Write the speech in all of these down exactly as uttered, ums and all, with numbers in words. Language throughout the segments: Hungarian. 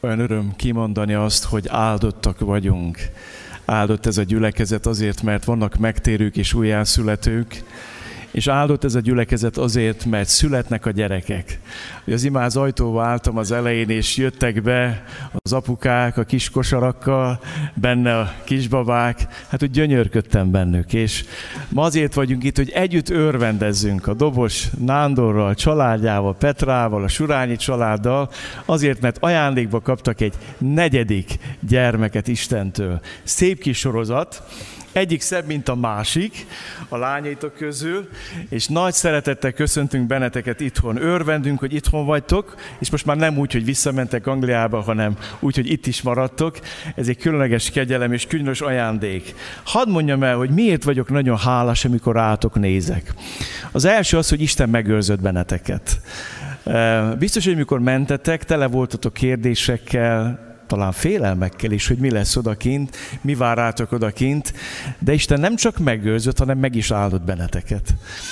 Olyan öröm kimondani azt, hogy áldottak vagyunk. Áldott ez a gyülekezet azért, mert vannak megtérők és újjászületők, és áldott ez a gyülekezet azért, mert születnek a gyerekek. Az imád ajtóba álltam az elején, és jöttek be az apukák a kis kosarakkal, benne a kisbabák, hát úgy gyönyörködtem bennük. És ma azért vagyunk itt, hogy együtt örvendezzünk a Dobos Nándorral, családjával, Petrával, a Surányi családdal, azért, mert ajándékba kaptak egy negyedik gyermeket Istentől. Szép kis sorozat. Egyik szebb, mint a másik a lányaitok közül, és nagy szeretettel köszöntünk benneteket itthon. Örvendünk, hogy itthon vagytok, és most már nem úgy, hogy visszamentek Angliába, hanem úgy, hogy itt is maradtok. Ez egy különleges kegyelem és különös ajándék. Hadd mondjam el, hogy miért vagyok nagyon hálás, amikor rátok nézek. Az első az, hogy Isten megőrzött benneteket. Biztos, hogy amikor mentetek, tele voltatok kérdésekkel, talán félelmekkel is, hogy mi lesz odakint, mi vár rátok odakint, de Isten nem csak megőrzött, hanem meg is áldott benneteket.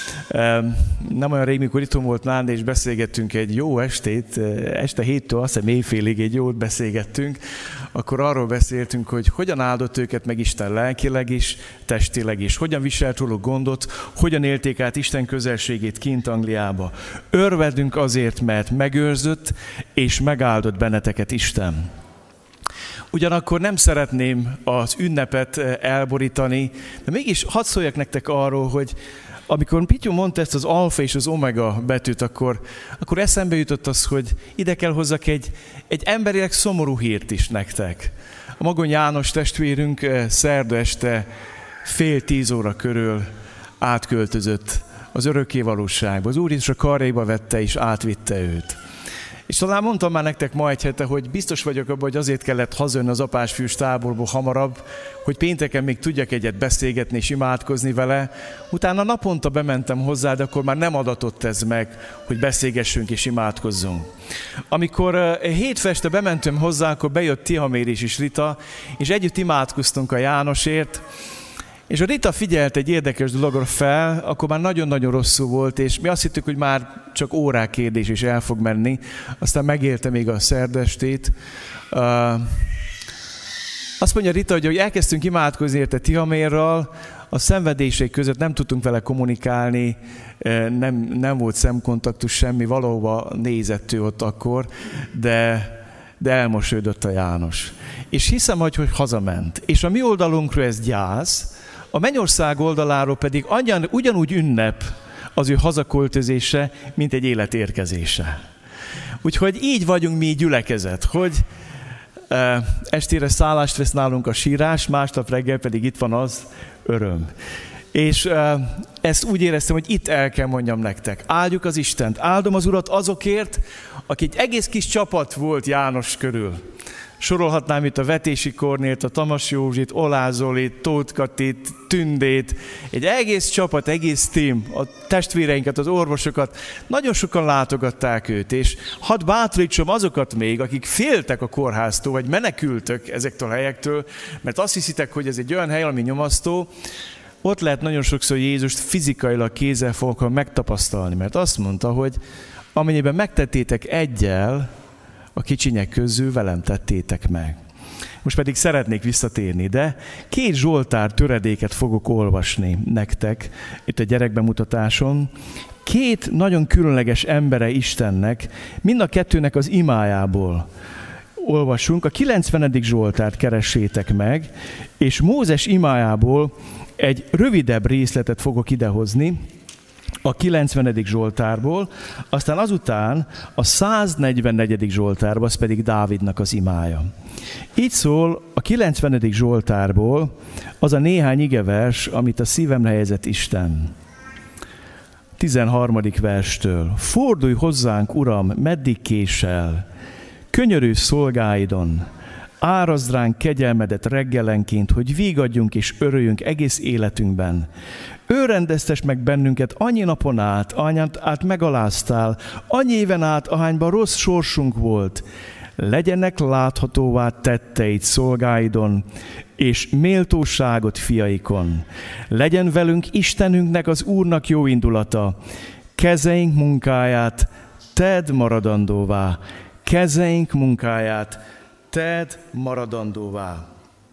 Nem olyan rég, mikor itthon volt Nándi, és beszélgettünk egy jó estét, este héttől, azt hiszem éjfélig egy jót beszélgettünk, akkor arról beszéltünk, hogy hogyan áldott őket meg Isten lelkileg is, testileg is, hogyan viselt róluk gondot, hogyan élték át Isten közelségét kint Angliába. Örvendünk azért, mert megőrzött és megáldott benneteket Isten. Ugyanakkor nem szeretném az ünnepet elborítani, de mégis hadd szóljak nektek arról, hogy amikor Pityu mondta ezt az alfa és az omega betűt, akkor, akkor eszembe jutott az, hogy ide kell hozzak egy, egy emberileg szomorú hírt is nektek. A Magony János testvérünk szerda este fél tíz óra körül átköltözött az örökké valóságba. Az Úr Jézus a karjaiba vette és átvitte őt. És talán mondtam már nektek ma egy hete, hogy biztos vagyok abban, hogy azért kellett hazajönni az apásfiús táborból hamarabb, hogy pénteken még tudjak egyet beszélgetni és imádkozni vele. Utána naponta bementem hozzá, de akkor már nem adatott ez meg, hogy beszélgessünk és imádkozzunk. Amikor hétfő este bementem hozzá, akkor bejött Tihamér és Rita, és együtt imádkoztunk a Jánosért, és a Rita figyelt egy érdekes dologra fel, akkor már nagyon-nagyon rosszul volt, és mi azt hittük, hogy már csak órák kérdés és el fog menni. Aztán megélte még a szerdestét. Uh, azt mondja Rita, hogy, hogy elkezdtünk imádkozni érte Tihamérral, a szenvedések között nem tudtunk vele kommunikálni, nem, nem volt szemkontaktus, semmi, valahova nézett ő ott akkor, de... de elmosődött a János. És hiszem, hogy, hogy hazament. És a mi oldalunkról ez gyász, a mennyország oldaláról pedig agyan, ugyanúgy ünnep az ő hazaköltözése, mint egy élet érkezése. Úgyhogy így vagyunk mi gyülekezet, hogy e, estére szállást vesz nálunk a sírás, másnap reggel pedig itt van az öröm. És e, ezt úgy éreztem, hogy itt el kell mondjam nektek. Áldjuk az Istent, áldom az Urat azokért, aki egy egész kis csapat volt János körül. Sorolhatnám itt a Vetési Kornélt, a Tamas Józsit, Olázolit, Tóth Katit, Tündét, egy egész csapat, egész tím, a testvéreinket, az orvosokat, nagyon sokan látogatták őt, és hadd bátorítsam azokat még, akik féltek a kórháztól, vagy menekültök ezektől a helyektől, mert azt hiszitek, hogy ez egy olyan hely, ami nyomasztó, ott lehet nagyon sokszor Jézust fizikailag kézzelfogva megtapasztalni, mert azt mondta, hogy amennyiben megtettétek egyel, a kicsinyek közül velem tettétek meg. Most pedig szeretnék visszatérni, de két Zsoltár töredéket fogok olvasni nektek itt a gyerekbemutatáson. Két nagyon különleges embere Istennek, mind a kettőnek az imájából olvasunk. A kilencvenedik Zsoltárt keressétek meg, és Mózes imájából egy rövidebb részletet fogok idehozni, a kilencvenedik Zsoltárból, aztán azután a száznegyvennegyedik Zsoltárba, az pedig Dávidnak az imája. Így szól a kilencvenedik Zsoltárból az a néhány igevers, amit a szívemre helyezett Isten. tizenharmadik verstől. Fordulj hozzánk, Uram, meddig késel? Könyörülj szolgáidon, árazd ránk kegyelmedet reggelenként, hogy vígadjunk és örüljünk egész életünkben. Őrendeztess meg bennünket annyi napon át, anyát át megaláztál, annyi éven át, ahányban rossz sorsunk volt. Legyenek láthatóvá tetteid szolgáidon, és méltóságot fiaikon. Legyen velünk Istenünknek, az Úrnak jó indulata. Kezeink munkáját tedd maradandóvá. Kezeink munkáját tedd maradandóvá.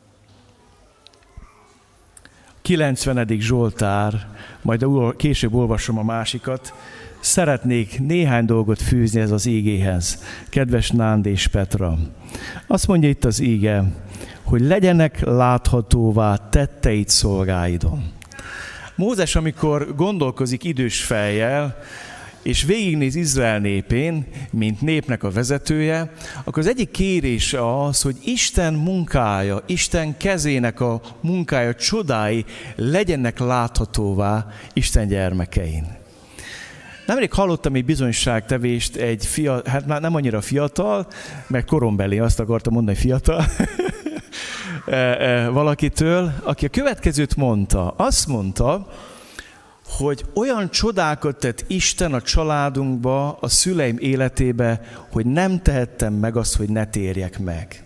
kilencvenedik Zsoltár, majd később olvasom a másikat. Szeretnék néhány dolgot fűzni ez az ígéhez, kedves Nándi és Petra. Azt mondja itt az íge, hogy legyenek láthatóvá tetteid szolgáidon. Mózes, amikor gondolkozik idős fejjel, és végignéz Izrael népén, mint népnek a vezetője, akkor az egyik kérése az, hogy Isten munkája, Isten kezének a munkája, csodái legyenek láthatóvá Isten gyermekein. Nemrég hallottam egy bizonyságtevést egy fiatal, hát már nem annyira fiatal, mert korombeli, azt akartam mondani, fiatal, valakitől, aki a következőt mondta. Azt mondta, hogy olyan csodákat tett Isten a családunkba, a szüleim életébe, hogy nem tehettem meg azt, hogy ne térjek meg.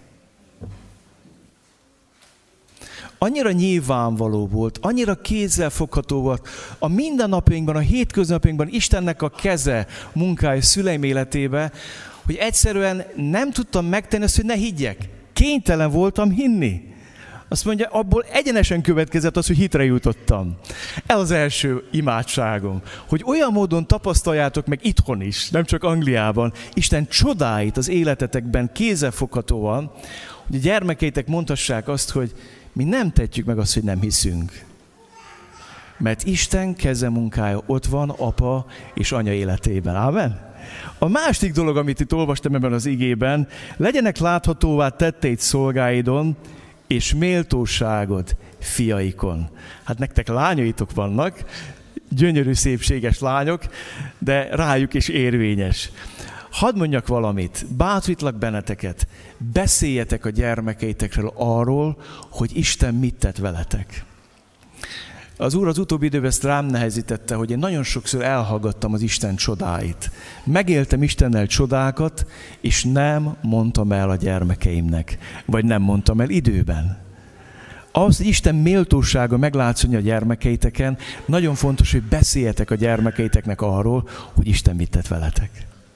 Annyira nyilvánvaló volt, annyira kézzelfogható volt a mindennapjainkban, a hétköznapjainkban Istennek a keze, munkája szüleim életébe, hogy egyszerűen nem tudtam megtenni azt, hogy ne higgyek. Kénytelen voltam hinni. Azt mondja, abból egyenesen következett az, hogy hitre jutottam. Ez az első imádságom, hogy olyan módon tapasztaljátok meg itthon is, nem csak Angliában, Isten csodáit az életetekben kézzelfoghatóan, hogy a gyermekeitek mondhassák azt, hogy mi nem tetjük meg azt, hogy nem hiszünk. Mert Isten keze munkája ott van apa és anya életében. Ámen? A másik dolog, amit itt olvastam ebben az igében, legyenek láthatóvá tetteid szolgáidon, és méltóságod fiaikon. Hát nektek lányaitok vannak, gyönyörű, szépséges lányok, de rájuk is érvényes. Hadd mondjak valamit, bátorítlak benneteket, beszéljetek a gyermekeitekről arról, hogy Isten mit tett veletek. Az Úr az utóbbi időben ezt rám nehezítette, hogy én nagyon sokszor elhallgattam az Isten csodáit. Megéltem Istennel csodákat, és nem mondtam el a gyermekeimnek, vagy nem mondtam el időben. Ahhoz, hogy Isten méltósága meglátszódjon a gyermekeiteken, nagyon fontos, hogy beszéljetek a gyermekeiteknek arról, hogy Isten mit tett veletek.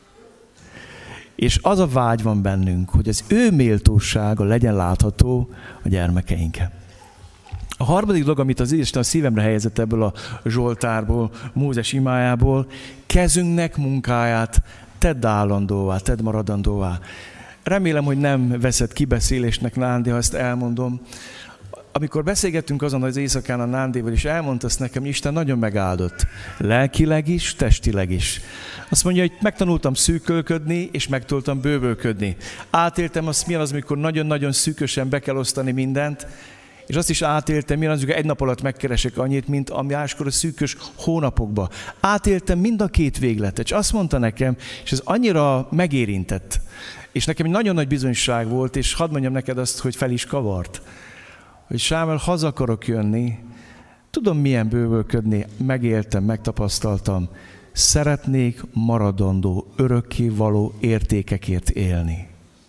És az a vágy van bennünk, hogy az ő méltósága legyen látható a gyermekeinken. A harmadik dolog, amit az Isten a szívemre helyezett ebből a Zsoltárból, Mózes imájából, kezünknek munkáját tedd állandóvá, tedd maradandóvá. Remélem, hogy nem veszed kibeszélésnek, Nándi, ha ezt elmondom. Amikor beszélgettünk azon az éjszakán a Nándival, és elmondta azt nekem, Isten nagyon megáldott. Lelkileg is, testileg is. Azt mondja, hogy megtanultam szűkölködni, és megtudtam bővölködni. Átéltem azt, milyen az, amikor nagyon-nagyon szűkösen be kell osztani mindent, és azt is átéltem, milyen az, amikor egy nap alatt megkeresek annyit, mint ami máskor a szűkös hónapokban. Átéltem mind a két végletet, és azt mondta nekem, és ez annyira megérintett, és nekem egy nagyon nagy bizonyság volt, és hadd mondjam neked azt, hogy fel is kavart, hogy Sámuel, haza akarok jönni, tudom milyen bővölködni, megéltem, megtapasztaltam, szeretnék maradandó, örökké való értékekért élni.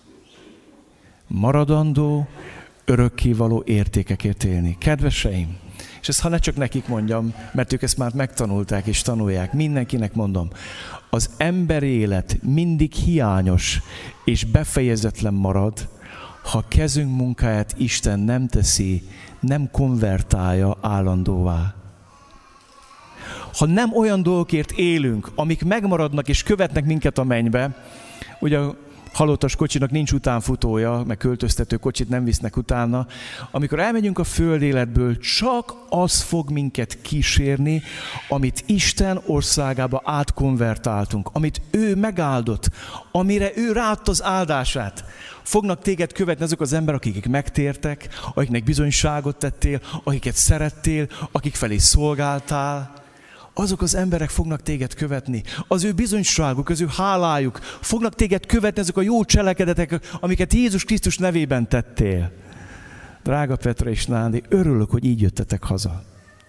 Maradandó, örökkévaló értékekért élni. Kedveseim, és ezt ha ne csak nekik mondjam, mert ők ezt már megtanulták és tanulják, mindenkinek mondom, az ember élet mindig hiányos és befejezetlen marad, ha kezünk munkáját Isten nem teszi, nem konvertálja állandóvá. Ha nem olyan dolgokért élünk, amik megmaradnak és követnek minket a mennybe, ugye halottas kocsinak nincs utánfutója, meg költöztető kocsit nem visznek utána. Amikor elmegyünk a földéletből, csak az fog minket kísérni, amit Isten országába átkonvertáltunk, amit ő megáldott, amire ő ráadta az áldását. Fognak téged követni azok az emberek, akik megtértek, akiknek bizonyságot tettél, akiket szerettél, akik felé szolgáltál. Azok az emberek fognak téged követni. Az ő bizonyságuk, az ő hálájuk fognak téged követni, azok a jó cselekedetek, amiket Jézus Krisztus nevében tettél. Drága Petra és Nándi, örülök, hogy így jöttetek haza.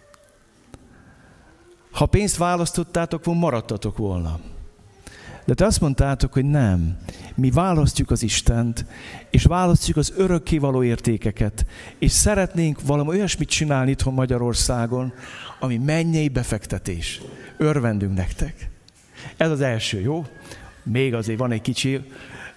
Ha pénzt választottátok volna, maradtatok volna. De te azt mondtátok, hogy nem. Mi választjuk az Istent, és választjuk az örökkévaló értékeket, és szeretnénk valami olyasmit csinálni itthon Magyarországon, ami mennyei befektetés. Örvendünk nektek. Ez az első, jó? Még azért van egy kicsi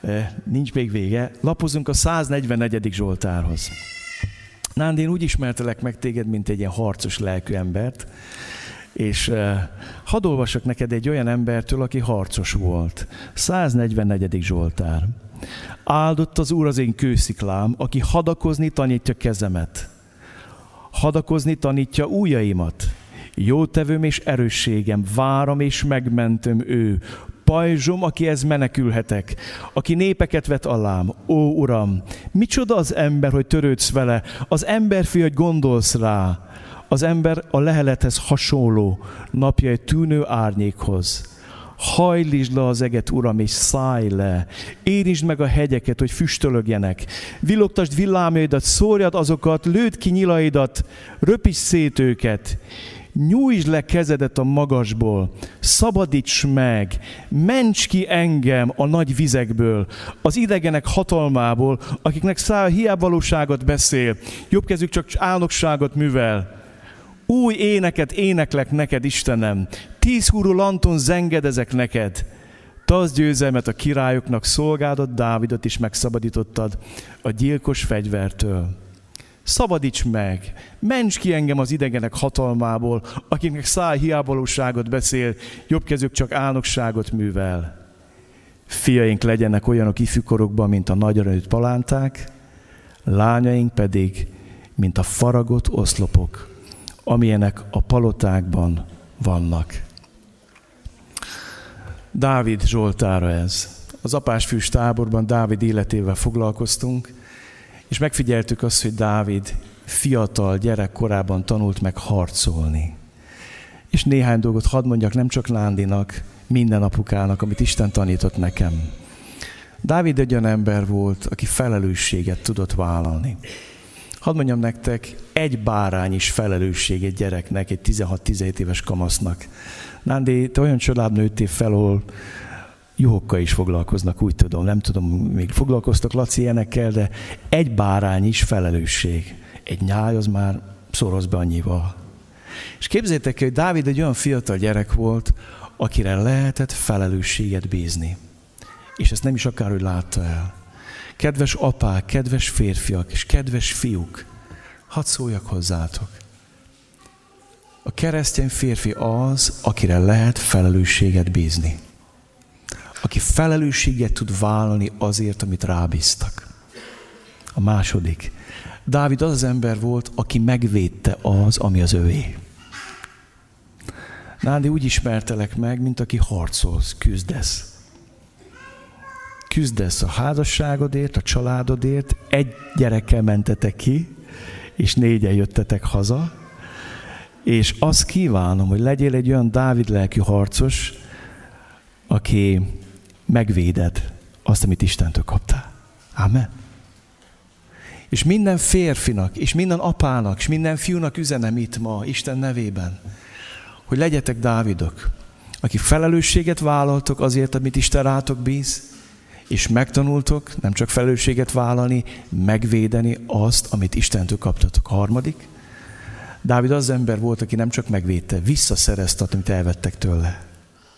nincs még vége. Lapozunk a száznegyvennegyedik Zsoltárhoz. Nándi, én úgy ismertelek meg téged, mint egy ilyen harcos lelkű embert, és uh, hadd olvassak neked egy olyan embertől, aki harcos volt. száznegyvennegyedik Zsoltár. Áldott az Úr az én kősziklám, aki hadakozni tanítja kezemet. Hadakozni tanítja ujjaimat. Jótevőm és erősségem, váram és megmentöm ő. Pajzsom, akihez menekülhetek, aki népeket vet alám. Ó, Uram, micsoda az ember, hogy törődsz vele, az emberfia, hogy gondolsz rá. Az ember a lehelethez hasonló, napja egy tűnő árnyékhoz. Hajlítsd le az eget, Uram, és szállj le. Érintsd meg a hegyeket, hogy füstölögjenek. Villogtasd villámjaidat, szórjad azokat, lőd ki nyilaidat, röpíts szét őket. Nyújtsd le kezedet a magasból, szabadíts meg, ments ki engem a nagy vizekből, az idegenek hatalmából, akiknek száll hiávalóságot beszél, jobb kezük csak álnokságot művel. Új éneket éneklek neked, Istenem, tízhúrú lanton zengedezek neked. Te az győzelmet a királyoknak, szolgádat, Dávidot is megszabadítottad a gyilkos fegyvertől. Szabadíts meg, ments ki engem az idegenek hatalmából, akiknek száj hiávalóságot beszél, jobb kezük csak álnokságot művel. Fiaink legyenek olyanok ifjúkorukban, mint a nagyra nőtt palánták, lányaink pedig, mint a faragott oszlopok, amilyenek a palotákban vannak. Dávid Zsoltára ez. Az apásfiús táborban Dávid életével foglalkoztunk, és megfigyeltük azt, hogy Dávid fiatal gyerekkorában tanult meg harcolni. És néhány dolgot hadd mondjak nem csak Nándinak, minden apukának, amit Isten tanított nekem. Dávid egy olyan ember volt, aki felelősséget tudott vállalni. Hadd mondjam nektek, egy bárány is felelősség egy gyereknek, egy tizenhat-tizenhét éves kamasznak. Nándi, te olyan családban nőttél fel, ahol juhokkal is foglalkoznak, úgy tudom, nem tudom, még foglalkoztak Laci ilyenekkel, de egy bárány is felelősség. Egy nyáj az már szoroz be annyival. És képzeljétek el, hogy Dávid egy olyan fiatal gyerek volt, akire lehetett felelősséget bízni. És ezt nem is akárhogy látta el. Kedves apák, kedves férfiak és kedves fiúk, hadd szóljak hozzátok. A keresztény férfi az, akire lehet felelősséget bízni. Aki felelősséget tud vállalni azért, amit rábíztak. A második. Dávid az az ember volt, aki megvédte az, ami az övé. Nándi, úgy ismertelek meg, mint aki harcolsz, küzdesz. Küzdesz a házasságodért, a családodért, egy gyerekkel mentetek ki, és négyen jöttetek haza, és azt kívánom, hogy legyél egy olyan Dávid lelkű harcos, aki megvéded azt, amit Istentől kaptál. Amen. És minden férfinak, és minden apának, és minden fiúnak üzenem itt ma, Isten nevében, hogy legyetek Dávidok, akik felelősséget vállaltok azért, amit Isten rátok bíz, és megtanultok nem csak felelősséget vállalni, megvédeni azt, amit Istentől kaptatok. Harmadik, Dávid az ember volt, aki nem csak megvédte, visszaszerezte, amit elvettek tőle.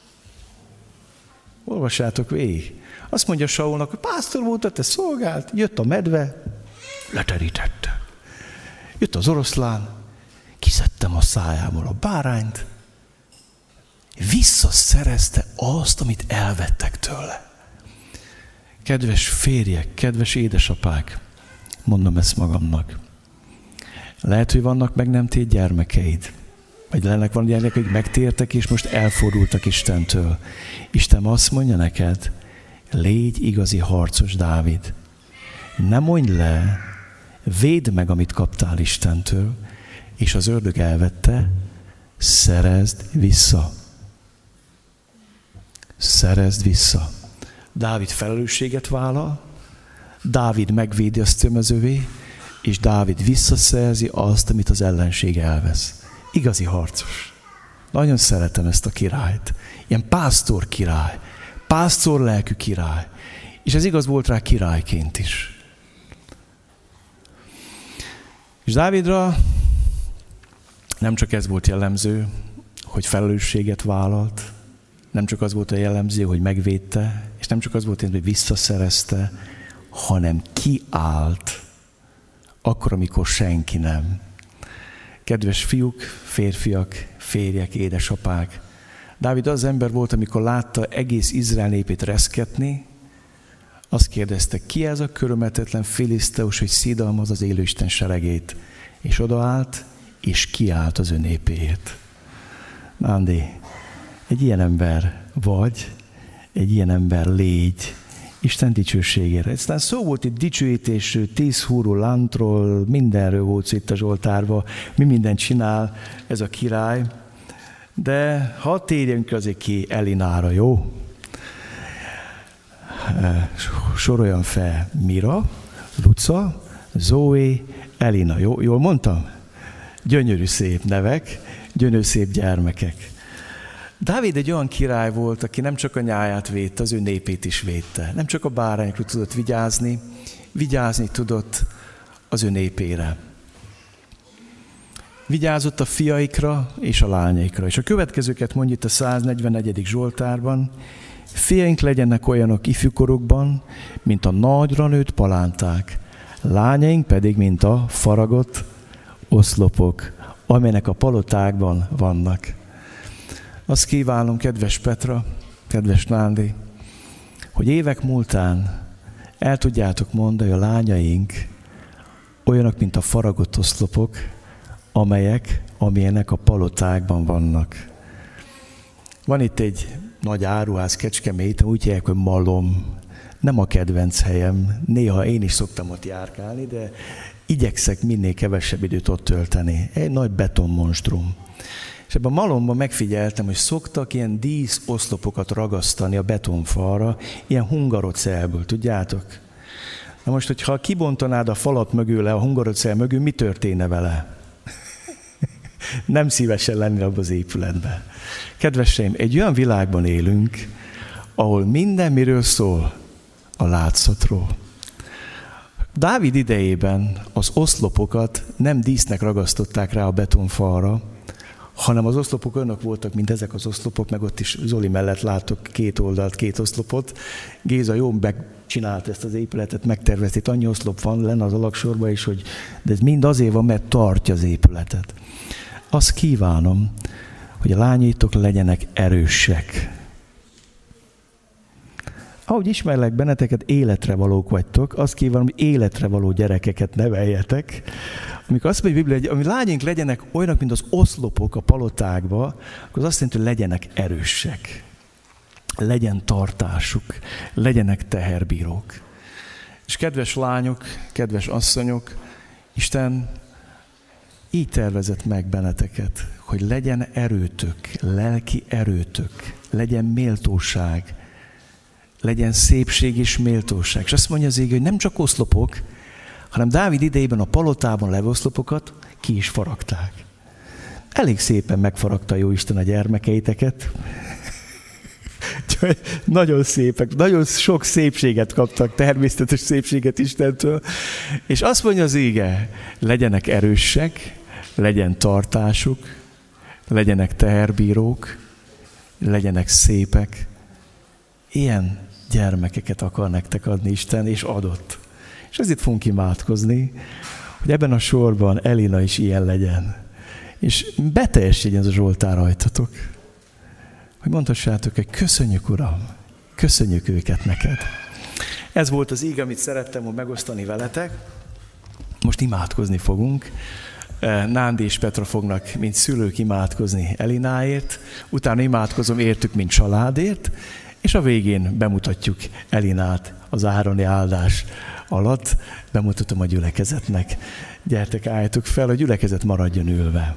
Olvassátok végig. Azt mondja Saulnak, hogy pásztor volt, te szolgált, jött a medve, leterítette. Jött az oroszlán, kiszedtem a szájából a bárányt, visszaszerezte azt, amit elvettek tőle. Kedves férjek, kedves édesapák, mondom ezt magamnak. Lehet, hogy vannak meg nem tért gyermekeid. Vagy lennek van gyermekek, hogy megtértek, és most elfordultak Istentől. Isten azt mondja neked, légy igazi harcos, Dávid. Ne mondj le, védd meg, amit kaptál Istentől, és az ördög elvette, szerezd vissza. Szerezd vissza. Dávid felelősséget vállal, Dávid megvédi azt tömözővé, és Dávid visszaszerzi azt, amit az ellenség elvesz. Igazi harcos. Nagyon szeretem ezt a királyt. Ilyen pásztor király, pásztor lelkű király. És ez igaz volt rá királyként is. És Dávidra nem csak ez volt jellemző, hogy felelősséget vállalt, nem csak az volt a jellemző, hogy megvédte, és És nem csak az volt, hogy visszaszerezte, hanem kiállt, akkor, amikor senki nem. Kedves fiúk, férfiak, férjek, édesapák, Dávid az ember volt, amikor látta egész Izrael népét reszketni, azt kérdezte, ki ez a körömetetlen filiszteus, hogy szidalmaz az élőisten seregét. És odaállt, és kiállt az ő népéért. Nándi, egy ilyen ember vagy, egy ilyen ember légy, Isten dicsőségére. Aztán szó volt itt dicsőítésről, tíz húrú lántról, mindenről volt itt a Zsoltárban, mi mindent csinál ez a király. De ha térjünk azért ki Elinára, jó? Soroljan fel Mira, Luca, Zoe, Elina. Jó, jól mondtam? Gyönyörű szép nevek, gyönyörű szép gyermekek. Dávid egy olyan király volt, aki nem csak a nyáját védte, az ő népét is védte. Nem csak a bárányokra tudott vigyázni, vigyázni tudott az ő népére. Vigyázott a fiaikra és a lányaikra. És a következőket mondja itt a száznegyvennegyedik Zsoltárban. Fiaink legyenek olyanok ifjúkorukban, mint a nagyra nőtt palánták, lányaink pedig, mint a faragott oszlopok, amelynek a palotákban vannak. Azt kívánom, kedves Petra, kedves Nándi, hogy évek múltán el tudjátok mondani, hogy a lányaink olyanok, mint a faragott oszlopok, amelyek, amilyenek a palotákban vannak. Van itt egy nagy áruház Kecskeméten, úgy hívják, hogy Malom. Nem a kedvenc helyem, néha én is szoktam ott járkálni, de igyekszek minél kevesebb időt ott tölteni. Egy nagy betonmonstrum. És ebben a Malomban megfigyeltem, hogy szoktak ilyen díszoszlopokat ragasztani a betonfalra, ilyen hungarocellből, tudjátok? Na most, hogyha kibontanád a falat mögül le, a hungarocell mögül, mi történne vele? Nem szívesen lenni abban az épületben. Kedveseim, egy olyan világban élünk, ahol minden miről szól, a látszatról. Dávid idejében az oszlopokat nem dísznek ragasztották rá a betonfalra, hanem az oszlopok olyanok voltak, mint ezek az oszlopok, meg ott is Zoli mellett látok két oldalt, két oszlopot. Géza jó megcsinált ezt az épületet, megtervezte, itt annyi oszlop van lenne az alagsorban is, hogy de ez mind azért van, mert tartja az épületet. Azt kívánom, hogy a lányaitok legyenek erősek. Ahogy ismerlek benneteket, életre valók vagytok, azt kívánom, hogy életre való gyerekeket neveljetek. Amikor azt mondja a Biblia, hogy a lányaink legyenek olyanok, mint az oszlopok a palotákba, akkor az azt jelenti, hogy legyenek erősek. Legyen tartásuk, legyenek teherbírók. És kedves lányok, kedves asszonyok, Isten így tervezett meg benneteket, hogy legyen erőtök, lelki erőtök, legyen méltóság, legyen szépség és méltóság. És azt mondja az ige, hogy nem csak oszlopok, hanem Dávid idejében a palotában levő oszlopokat ki is faragták. Elég szépen megfaragta a Jóisten a gyermekeiteket. Nagyon szépek, nagyon sok szépséget kaptak, természetes szépséget Istentől. És azt mondja az ige, legyenek erősek, legyen tartásuk, legyenek teherbírók, legyenek szépek. Ilyen gyermekeket akar nektek adni Isten, és adott. És ezért fogunk imádkozni, hogy ebben a sorban Elina is ilyen legyen. És beteljesítjen ez a Zsoltár rajtatok. Hogy mondhassátok, hogy köszönjük, Uram, köszönjük őket neked. Ez volt az íge, amit szerettem volna megosztani veletek. Most imádkozni fogunk. Nándi és Petra fognak, mint szülők imádkozni Elináért. Utána imádkozom értük, mint családért. És a végén bemutatjuk Elinát az ároni áldás alatt. Bemutatom a gyülekezetnek. Gyertek, álljatok fel, a gyülekezet maradjon ülve.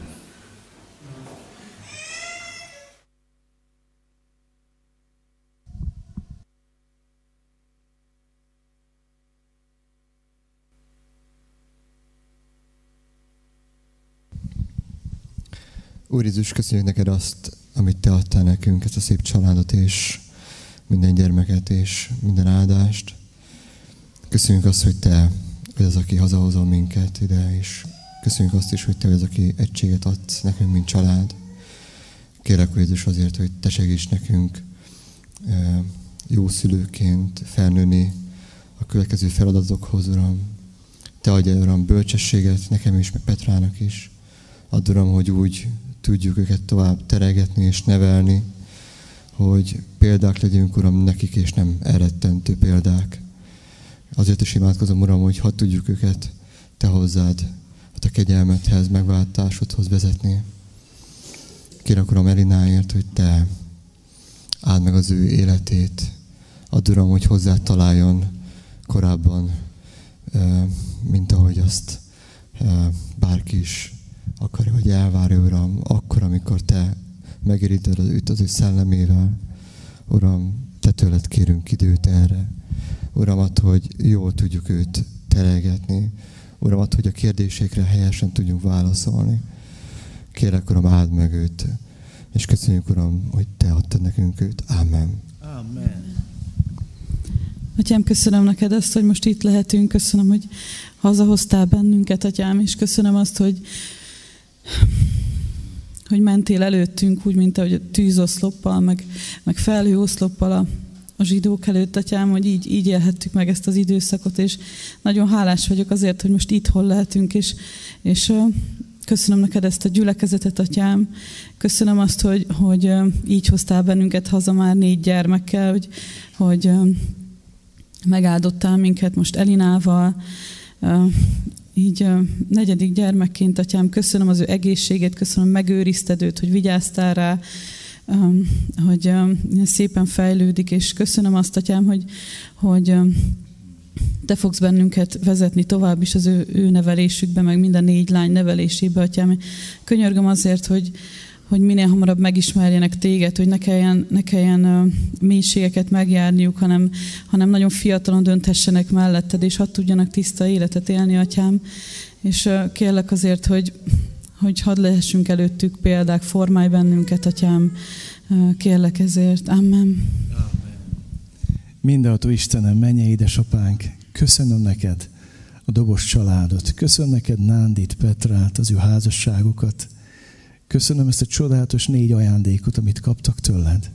Úr Jézus, köszönjük neked azt, amit te adtál nekünk, ezt a szép családot, és minden gyermeket, és minden áldást. Köszönjük azt, hogy te vagy az, aki hazahozol minket ide, és köszönjük azt is, hogy te vagy az, aki egységet adsz nekünk, mint család. Kérlek, Úr Jézus, azért, hogy te segíts nekünk jó szülőként felnőni a következő feladatokhoz, Uram. Te adj el, Uram, bölcsességet nekem is, meg Petrának is. Add, Uram, hogy úgy tudjuk őket tovább terelgetni és nevelni, hogy példák legyünk, Uram, nekik, és nem elrettentő példák. Azért is imádkozom, Uram, hogy hadd tudjuk őket Te hozzád, a Te kegyelmedhez, megváltásodhoz vezetni. Kérek, Uram, Elináért, hogy Te áld meg az ő életét. Add, Uram, hogy hozzád találjon korábban, mint ahogy azt bárki is akarja, hogy elvárja, Uram, akkor, amikor Te megéríted őt az ő szellemével. Uram, Te tőled kérünk időt erre. Uram, add, hogy jól tudjuk őt terelgetni. Uram, add, hogy a kérdésekre helyesen tudjunk válaszolni. Kérlek, Uram, áld meg őt. És köszönjük, Uram, hogy Te adtad nekünk őt. Amen. Amen. Atyám, köszönöm neked azt, hogy most itt lehetünk. Köszönöm, hogy hazahoztál bennünket, Atyám, és köszönöm azt, hogy hogy mentél előttünk, úgy, mint ahogy a tűzoszloppal, meg, meg felhőoszloppal a, a zsidók előtt, Atyám, hogy így, így élhettük meg ezt az időszakot, és nagyon hálás vagyok azért, hogy most itthon lehetünk, és, és uh, köszönöm neked ezt a gyülekezetet, Atyám. Köszönöm azt, hogy, hogy uh, így hoztál bennünket haza már négy gyermekkel, hogy, hogy uh, megáldottál minket most Elinával, uh, így uh, negyedik gyermekként, Atyám, köszönöm az ő egészségét, köszönöm, megőrizted őt, hogy vigyáztál rá, um, hogy um, szépen fejlődik, és köszönöm azt, Atyám, hogy, hogy um, Te fogsz bennünket vezetni tovább is az ő, ő nevelésükbe, meg minden négy lány nevelésébe, Atyám. Könyörgöm azért, hogy, hogy minél hamarabb megismerjenek Téged, hogy ne kelljen, ne kelljen uh, mélységeket megjárniuk, hanem, hanem nagyon fiatalon dönthessenek melletted, és hadd tudjanak tiszta életet élni, Atyám. És uh, kérlek azért, hogy, hogy hadd lehessünk előttük példák, formálj bennünket, Atyám. Uh, kérlek ezért. Amen. Amen. Mindenható Istenem, mennyei édesapánk, köszönöm neked a Dobos családot. Köszönöm neked Nándit, Petrát, az ő házasságukat. Köszönöm ezt a csodálatos négy ajándékot, amit kaptak tőled.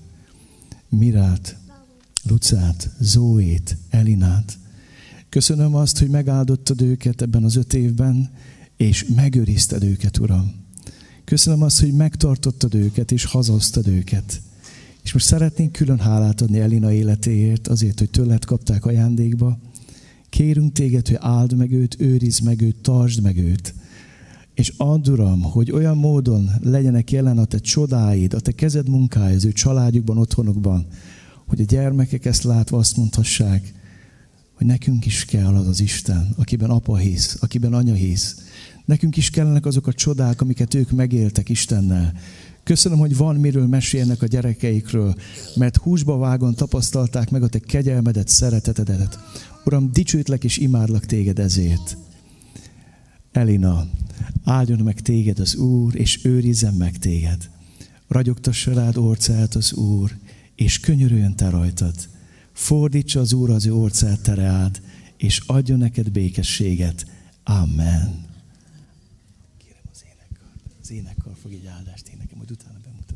Mirát, Lucát, Zóét, Elinát. Köszönöm azt, hogy megáldottad őket ebben az öt évben, és megőrizted őket, Uram. Köszönöm azt, hogy megtartottad őket, és hazahoztad őket. És most szeretnénk külön hálát adni Elina életéért, azért, hogy tőled kapták ajándékba. Kérünk téged, hogy áld meg őt, őrizd meg őt, tartsd meg őt. És add, Uram, hogy olyan módon legyenek jelen a te csodáid, a te kezed munkája az ő családjukban, otthonokban, hogy a gyermekek ezt látva azt mondhassák, hogy nekünk is kell az az Isten, akiben apa hisz, akiben anya hisz. Nekünk is kellenek azok a csodák, amiket ők megéltek Istennel. Köszönöm, hogy van miről mesélnek a gyerekeikről, mert húsba vágon tapasztalták meg a te kegyelmedet, szeretetedet. Uram, dicsőtlek és imádlak téged ezért. Elina, áldjon meg téged az Úr, és őrizzen meg téged. Ragyogtassa rád orcát az Úr, és könyörüljön te rajtad. Fordítsa az Úr az ő orcát te reád, és adjon neked békességet. Amen. Kérem az énekkar. Az énekkar fog így áldást énekelni, majd utána bemutat.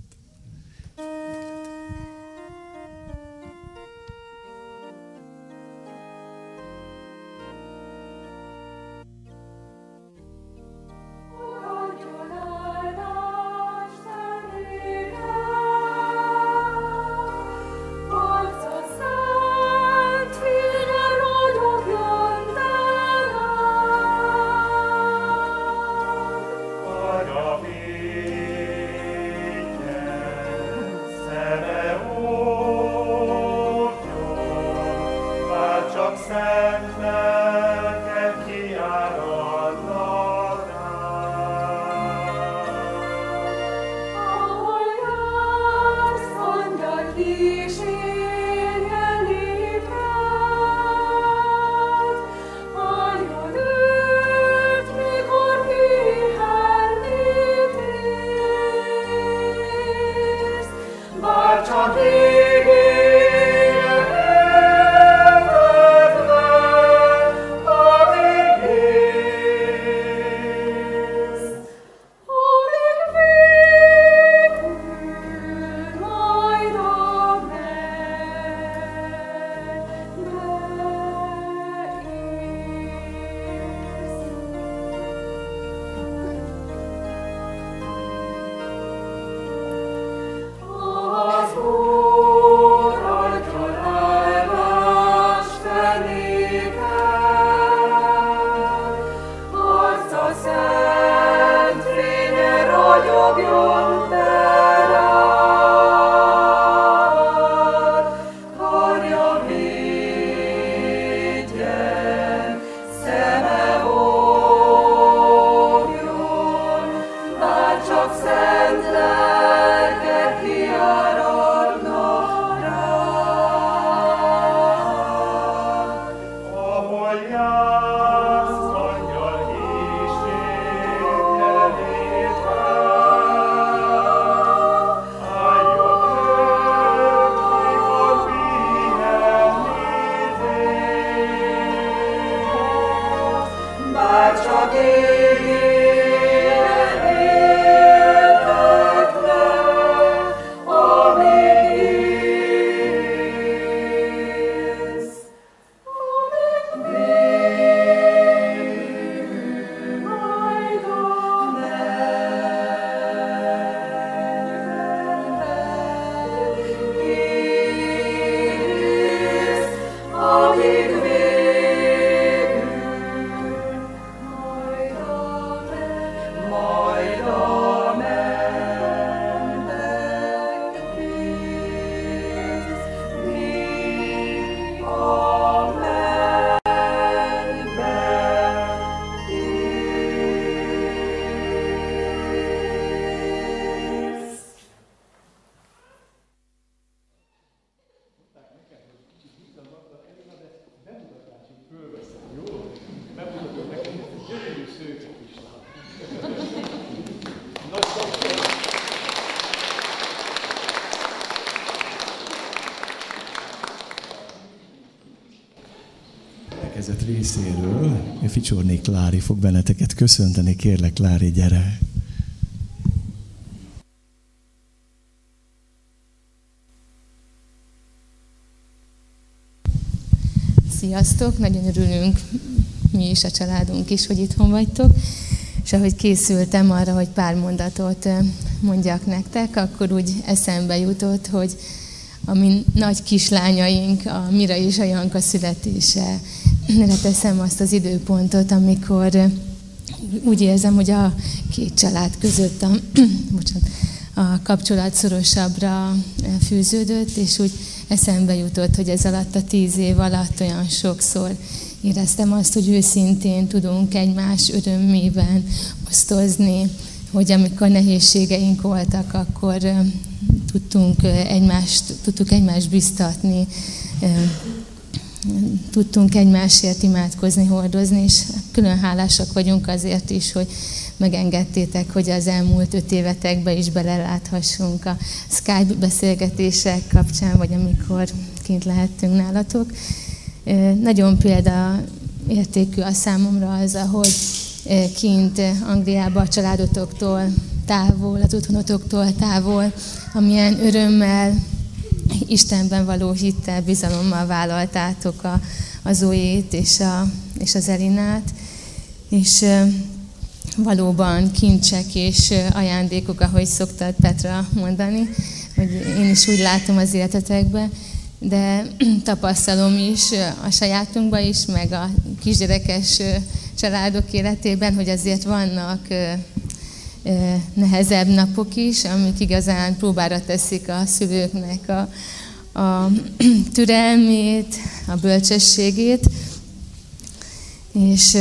Csak végén gyülekezet részéről Ficsorné Klári fog benneteket köszönteni. Kérlek, Klári, gyere! Sziasztok! Nagyon örülünk, mi is, a családunk is, hogy itthon vagytok. És ahogy készültem arra, hogy pár mondatot mondjak nektek, akkor úgy eszembe jutott, hogy a mi nagy kislányaink, a Mira és a Janka születése, teszem azt az időpontot, amikor úgy érzem, hogy a két család között a, bocsánat, a kapcsolat szorosabbra fűződött, és úgy eszembe jutott, hogy ez alatt a tíz év alatt olyan sokszor éreztem azt, hogy őszintén tudunk egymás örömében osztozni, hogy amikor nehézségeink voltak, akkor tudtunk egymást, tudtuk egymást biztatni, tudtunk egymásért imádkozni, hordozni, és külön hálásak vagyunk azért is, hogy megengedtétek, hogy az elmúlt öt évetekben is beleláthassunk a Skype beszélgetések kapcsán, vagy amikor kint lehettünk nálatok. Nagyon példaértékű a számomra az, ahogy kint Angliában a családotoktól távol, az otthonotoktól távol, amilyen örömmel, Istenben való hittel, bizalommal vállaltátok a, a Zoét és, a, és az Elinát, és valóban kincsek és ajándékok, ahogy szoktad Petra mondani, hogy én is úgy látom az életetekben, de tapasztalom is a sajátunkban is, meg a kisgyerekes családok életében, hogy azért vannak nehezebb napok is, amik igazán próbára teszik a szülőknek a, a türelmét, a bölcsességét, és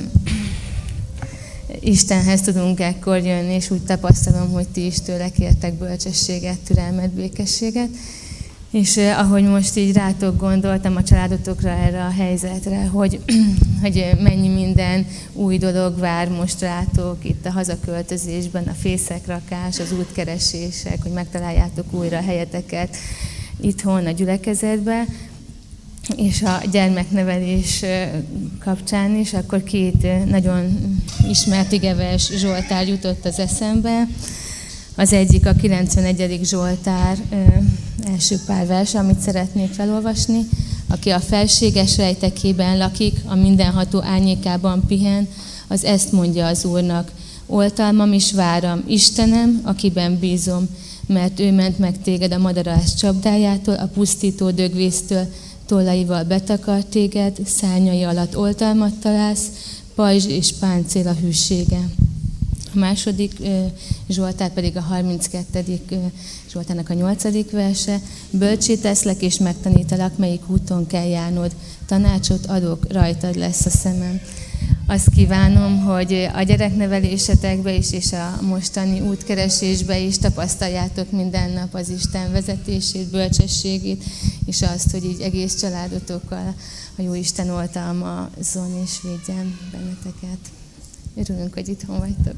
Istenhez tudunk ekkor jönni, és úgy tapasztalom, hogy ti is tőle kértek bölcsességet, türelmet, békességet. És eh, ahogy most így rátok gondoltam a családotokra, erre a helyzetre, hogy, hogy mennyi minden új dolog vár most rátok itt a hazaköltözésben, a fészekrakás, az útkeresések, hogy megtaláljátok újra a helyeteket itthon a gyülekezetbe, és a gyermeknevelés kapcsán is, akkor két nagyon ismert igevers Zsoltár jutott az eszembe. Az egyik a kilencvenegyedik Zsoltár első pár vers, amit szeretnék felolvasni. Aki a felséges rejtekében lakik, a mindenható árnyékában pihen, az ezt mondja az Úrnak. Oltalmam is váram, Istenem, akiben bízom, mert ő ment meg téged a madarász csapdájától, a pusztító dögvésztől, tollaival betakar téged, szárnyai alatt oltalmat találsz, pajzs és páncél a hűsége. A második Zsoltár pedig a harminckettedik Zsoltárnak a nyolcadik verse. Bölcsé teszlek és megtanítalak, melyik úton kell járnod. Tanácsot adok, rajtad lesz a szemem. Azt kívánom, hogy a gyereknevelésetekbe is, és a mostani útkeresésbe is tapasztaljátok minden nap az Isten vezetését, bölcsességét, és azt, hogy így egész családotokkal a jó Isten oltalmazzon és védjen benneteket. Örülünk, hogy itthon vagytok.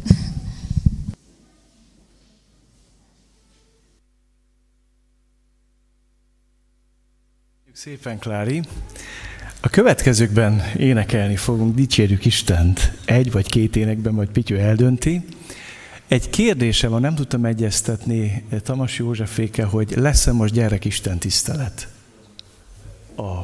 Szépen, Klári. A következőkben énekelni fogunk, dicsérjük Istent. Egy vagy két énekben, majd Pityu eldönti. Egy kérdésem van, nem tudtam egyeztetni Tamas Józsefékkel, hogy lesz-e most gyerekisten tisztelet? A.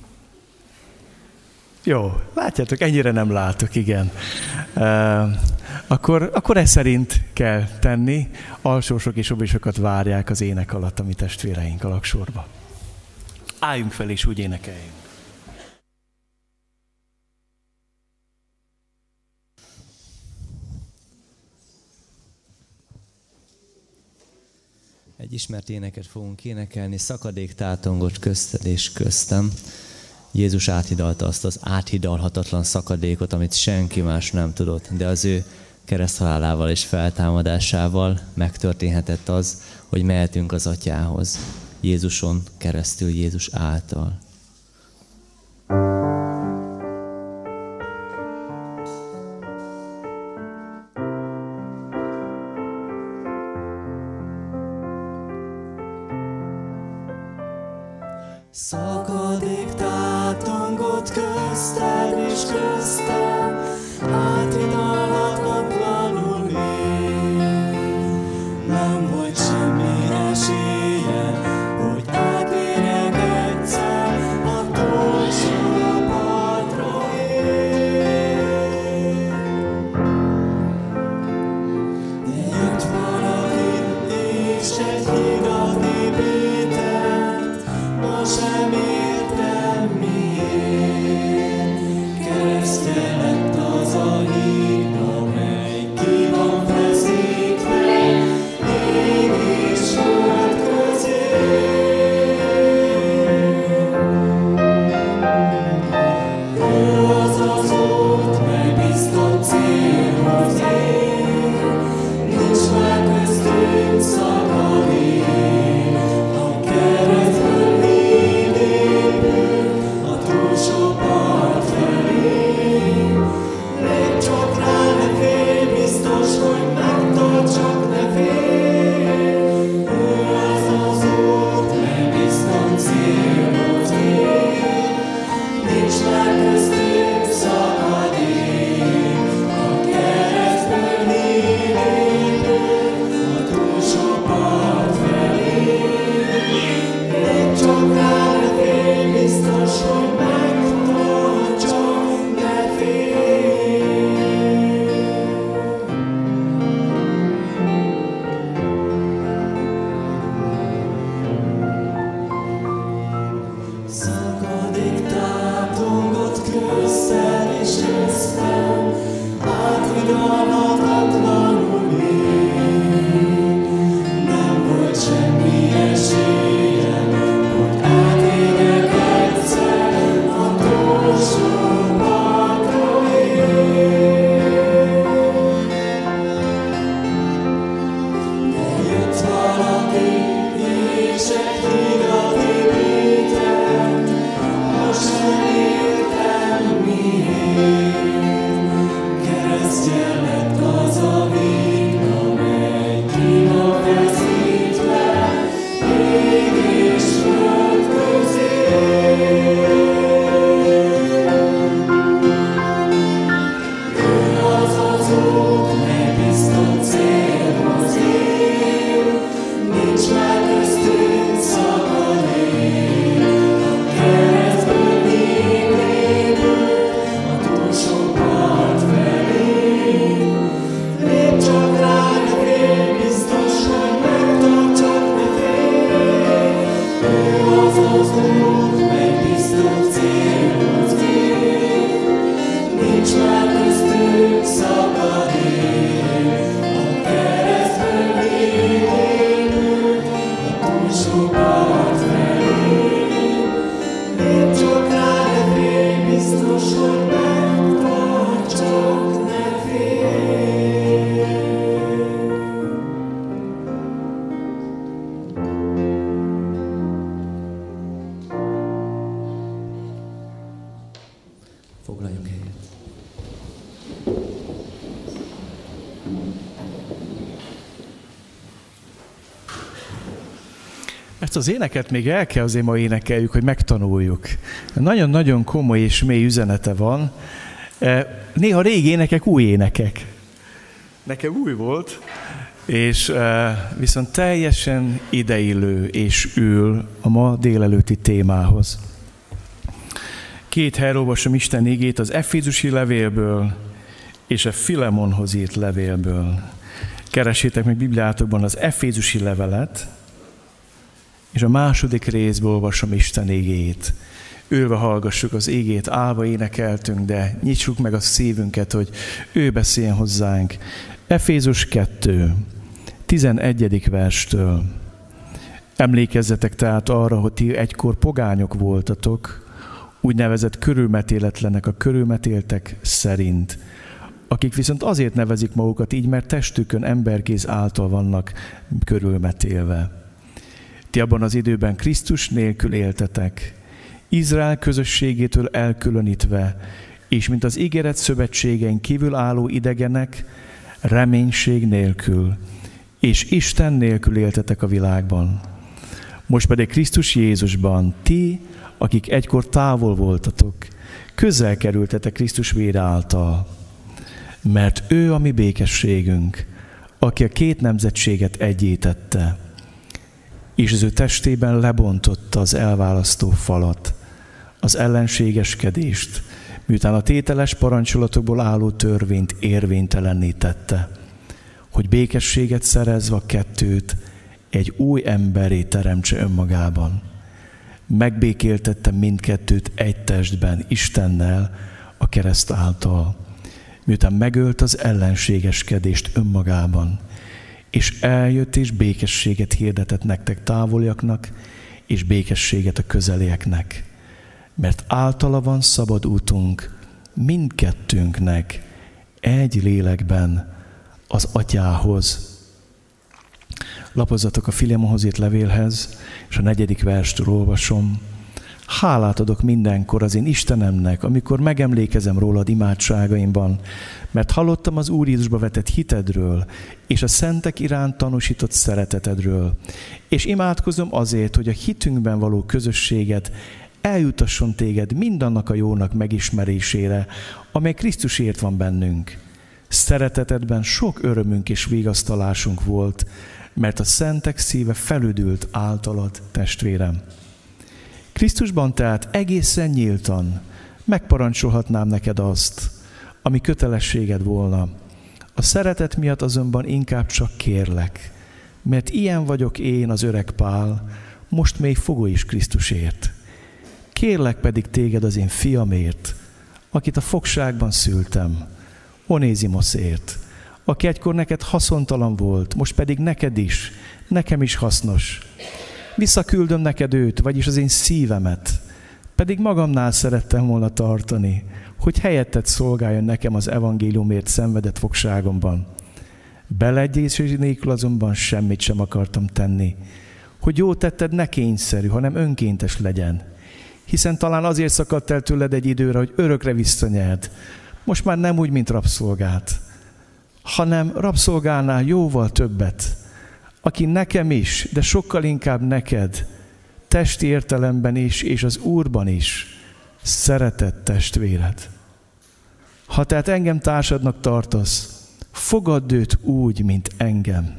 Jó, látjátok, ennyire nem látok, igen. Uh, akkor, akkor ez szerint kell tenni. Alsósok és obisokat várják az ének alatt a mi testvéreink a laksorba. Álljunk fel és úgy énekeljünk. Egy ismert éneket fogunk énekelni, szakadék tátongott közted és köztem. Jézus áthidalta azt az áthidalhatatlan szakadékot, amit senki más nem tudott, de az ő kereszthalálával és feltámadásával megtörténhetett az, hogy mehetünk az Atyához. Jézuson keresztül, Jézus által. Szakadék tátongott tátongot közted és köztem, átidalhatatlanul él. Nem volt semmi esélye, hogy átérjek egyszer a túlsó partra él. De jött valaki és egy hidat épített, ma sem értem miért. Keresztje lett az a híd, amely ki van feszítve ég és föld közé. Ő az az út, mely biztos célhoz ér, nincs már köztünk szakadék. A keresztből kilépünk a túlsó part felé. Lépj csak rá, ne félj, biztos, hogy megtart, csak ne félj. Ő az az út, mely biztos célhoz ér, nincs már köztünk szakadék. A keresztből kilépünk a túlsó part felé. Lépj csak rá, ne félj, biztos, hogy megtart, csak ne félj. Szakadék tátongott közted és köztem, átidalhatatlanul él. Nem volt semmi esélye, hogy átérjek egyszer a túlsó partra él. De jött valaki és egy hidat épített, ma sem értem miért. Keresztje lett az a víg, amely ki van feszítve ég és föld közé. Ő az az út, mely biztos célhoz ér, nincs már köztünk szakadék. A keresztből kilépünk a túlsó part felé. Lépj csak rá, ne félj, biztos, hogy megtart, csak ne félj. Ő az az út, mely biztos célhoz ér, nincs már köztünk szakadék. A keresztből kilépünk a túlsó part felé. Lépj csak rá, ne félj, biztos, hogy megtart, csak ne félj. Foglaljunk helyet. Ezt az éneket még el kell azért ma énekeljük, hogy megtanuljuk. Nagyon-nagyon komoly és mély üzenete van. Néha régi énekek új énekek. Nekem új volt, és viszont teljesen ideillő és ül a ma délelőtti témához. Két helyre olvasom Isten igét az Efézusi levélből és a Filemonhoz írt levélből. Keressétek meg Bibliátokban az Efézusi levelet, és a második részből olvasom Isten igét. Ülve hallgassuk az igét, állva énekeltünk, de nyitsuk meg a szívünket, hogy ő beszéljen hozzánk. Efézus kettő, tizenegyedik verstől. Emlékezzetek tehát arra, hogy ti egykor pogányok voltatok, úgynevezett körülmetéletlenek a körülmetéltek szerint, akik viszont azért nevezik magukat így, mert testükön emberkéz által vannak körülmetélve. Ti abban az időben Krisztus nélkül éltetek, Izrael közösségétől elkülönítve, és mint az ígéret szövetségein kívül álló idegenek, reménység nélkül, és Isten nélkül éltetek a világban. Most pedig Krisztus Jézusban, ti, akik egykor távol voltatok, közel kerültetek Krisztus vére által, mert ő a mi békességünk, aki a két nemzetséget egyé tette, és az ő testében lebontotta az elválasztó falat, az ellenségeskedést, miután a tételes parancsolatokból álló törvényt érvénytelenné tette, hogy békességet szerezve a kettőt egy új emberré teremtse önmagában. Megbékéltette mindkettőt egy testben, Istennel, a kereszt által, miután megölt az ellenségeskedést önmagában, és eljött és békességet hirdetett nektek távoliaknak, és békességet a közelieknek. Mert általa van szabad útunk mindkettőnknek egy lélekben az Atyához. Lapozzatok a Filemonhoz írt levélhez, és a negyedik verstől olvasom. Hálát adok mindenkor az én Istenemnek, amikor megemlékezem rólad imádságaimban, mert hallottam az Úr Jézusba vetett hitedről, és a szentek iránt tanúsított szeretetedről, és imádkozom azért, hogy a hitünkben való közösséget eljutasson téged mindannak a jónak megismerésére, amely Krisztusért van bennünk. Szeretetedben sok örömünk és vigasztalásunk volt, mert a szentek szíve felüdült általad, testvérem. Krisztusban tehát egészen nyíltan megparancsolhatnám neked azt, ami kötelességed volna. A szeretet miatt azonban inkább csak kérlek, mert ilyen vagyok én, az öreg Pál, most még fogó is Krisztusért. Kérlek pedig téged az én fiamért, akit a fogságban szültem, Onézimoszért, aki egykor neked haszontalan volt, most pedig neked is, nekem is hasznos. Visszaküldöm neked őt, vagyis az én szívemet, pedig magamnál szerettem volna tartani, hogy helyetted szolgáljon nekem az evangéliumért szenvedett fogságomban. Beleegyezés nélkül azonban semmit sem akartam tenni, hogy jó tetted ne kényszerű, hanem önkéntes legyen. Hiszen talán azért szakadt el tőled egy időre, hogy örökre visszanyerd. Most már nem úgy, mint rabszolgát, hanem rabszolgálnál jóval többet, aki nekem is, de sokkal inkább neked, testi értelemben is, és az Úrban is szeretett testvéred. Ha tehát engem társadnak tartasz, fogadd őt úgy, mint engem.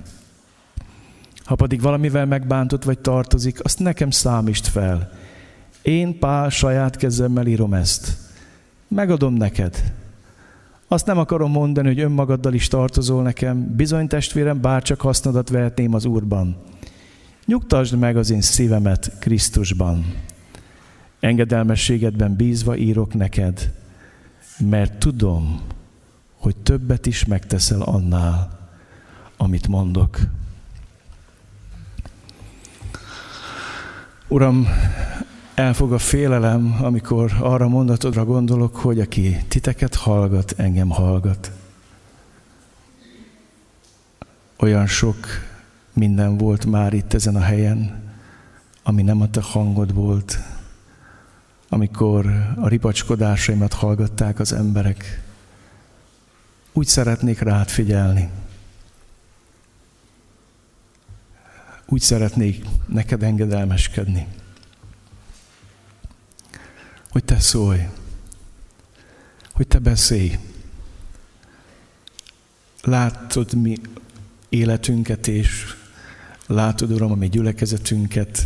Ha pedig valamivel megbántott vagy tartozik, azt nekem számítsd fel. Én, Pál, saját kezemmel írom ezt. Megadom neked. Azt nem akarom mondani, hogy önmagaddal is tartozol nekem, bizony testvérem, bárcsak hasznodat vehetném az Úrban. Nyugtasd meg az én szívemet Krisztusban. Engedelmességedben bízva írok neked, mert tudom, hogy többet is megteszel annál, amit mondok. Uram, elfog a félelem, amikor arra mondatodra gondolok, hogy aki titeket hallgat, engem hallgat. Olyan sok minden volt már itt ezen a helyen, ami nem a te hangod volt, amikor a ripacskodásaimat hallgatták az emberek. Úgy szeretnék rád figyelni. Úgy szeretnék neked engedelmeskedni. Hogy te szólj, hogy te beszélj. Látod mi életünket, és látod, Uram, a mi gyülekezetünket.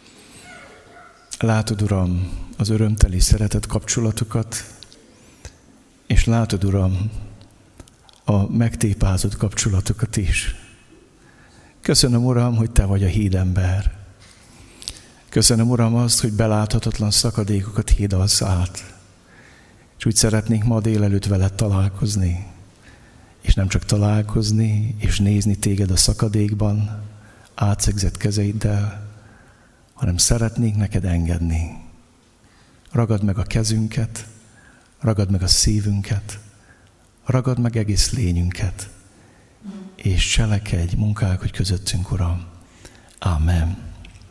Látod, Uram, az örömteli szeretet kapcsolatokat, és látod, Uram, a megtépázott kapcsolatokat is. Köszönöm, Uram, hogy te vagy a hídember. Köszönöm, Uram, azt, hogy beláthatatlan szakadékokat hídalsz át. És úgy szeretnénk ma délelőtt veled találkozni. És nem csak találkozni, és nézni téged a szakadékban, átszegzett kezeiddel, hanem szeretnénk neked engedni. Ragad meg a kezünket, ragad meg a szívünket, ragad meg egész lényünket, és cselekedj, munkálkodj közöttünk, Uram. Ámen.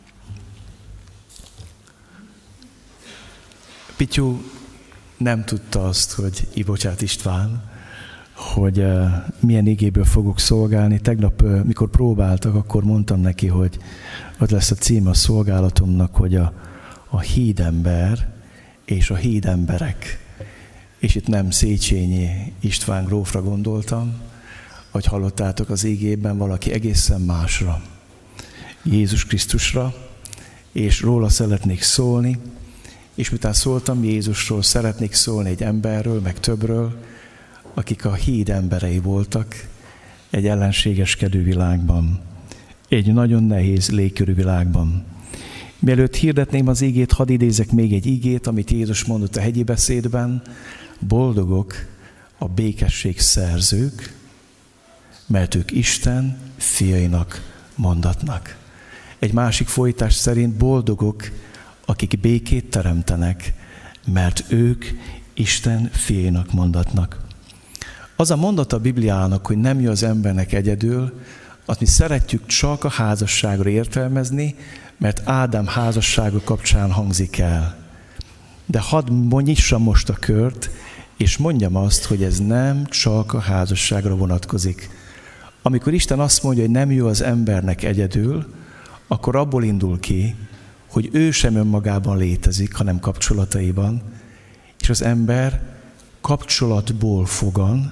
Pityu nem tudta azt, hogy Ibocsát István, hogy uh, milyen igéből fogok szolgálni. Tegnap, uh, mikor próbáltak, akkor mondtam neki, hogy az lesz a címe a szolgálatomnak, hogy a, a hídember és a hídemberek. És itt nem Széchenyi István grófra gondoltam, hogy hallottátok az igében, valaki egészen másra. Jézus Krisztusra, és róla szeretnék szólni, és miután szóltam Jézusról, szeretnék szólni egy emberről, meg többről, akik a híd emberei voltak egy ellenségeskedő világban, egy nagyon nehéz légkörű világban. Mielőtt hirdetném az igét, hadd idézek még egy igét, amit Jézus mondott a hegyi beszédben: boldogok a békesség szerzők, mert ők Isten fiainak mondatnak. Egy másik folytás szerint boldogok, akik békét teremtenek, mert ők Isten fiainak mondatnak. Az a mondat a Bibliának, hogy nem jó az embernek egyedül, azt mi szeretjük csak a házasságra értelmezni, mert Ádám házassága kapcsán hangzik el. De hadd nyissam most a kört, és mondjam azt, hogy ez nem csak a házasságra vonatkozik. Amikor Isten azt mondja, hogy nem jó az embernek egyedül, akkor abból indul ki, hogy ő sem önmagában létezik, hanem kapcsolataiban, és az ember kapcsolatból fogan,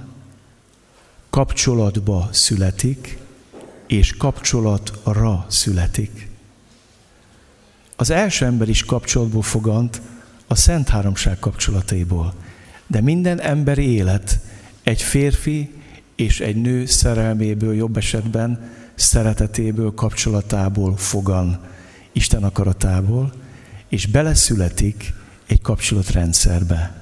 kapcsolatba születik, és kapcsolatra születik. Az első ember is kapcsolatból fogant, a Szent Háromság kapcsolataiból. De minden emberi élet egy férfi és egy nő szerelméből, jobb esetben szeretetéből, kapcsolatából fogan, Isten akaratából, és beleszületik egy kapcsolatrendszerbe.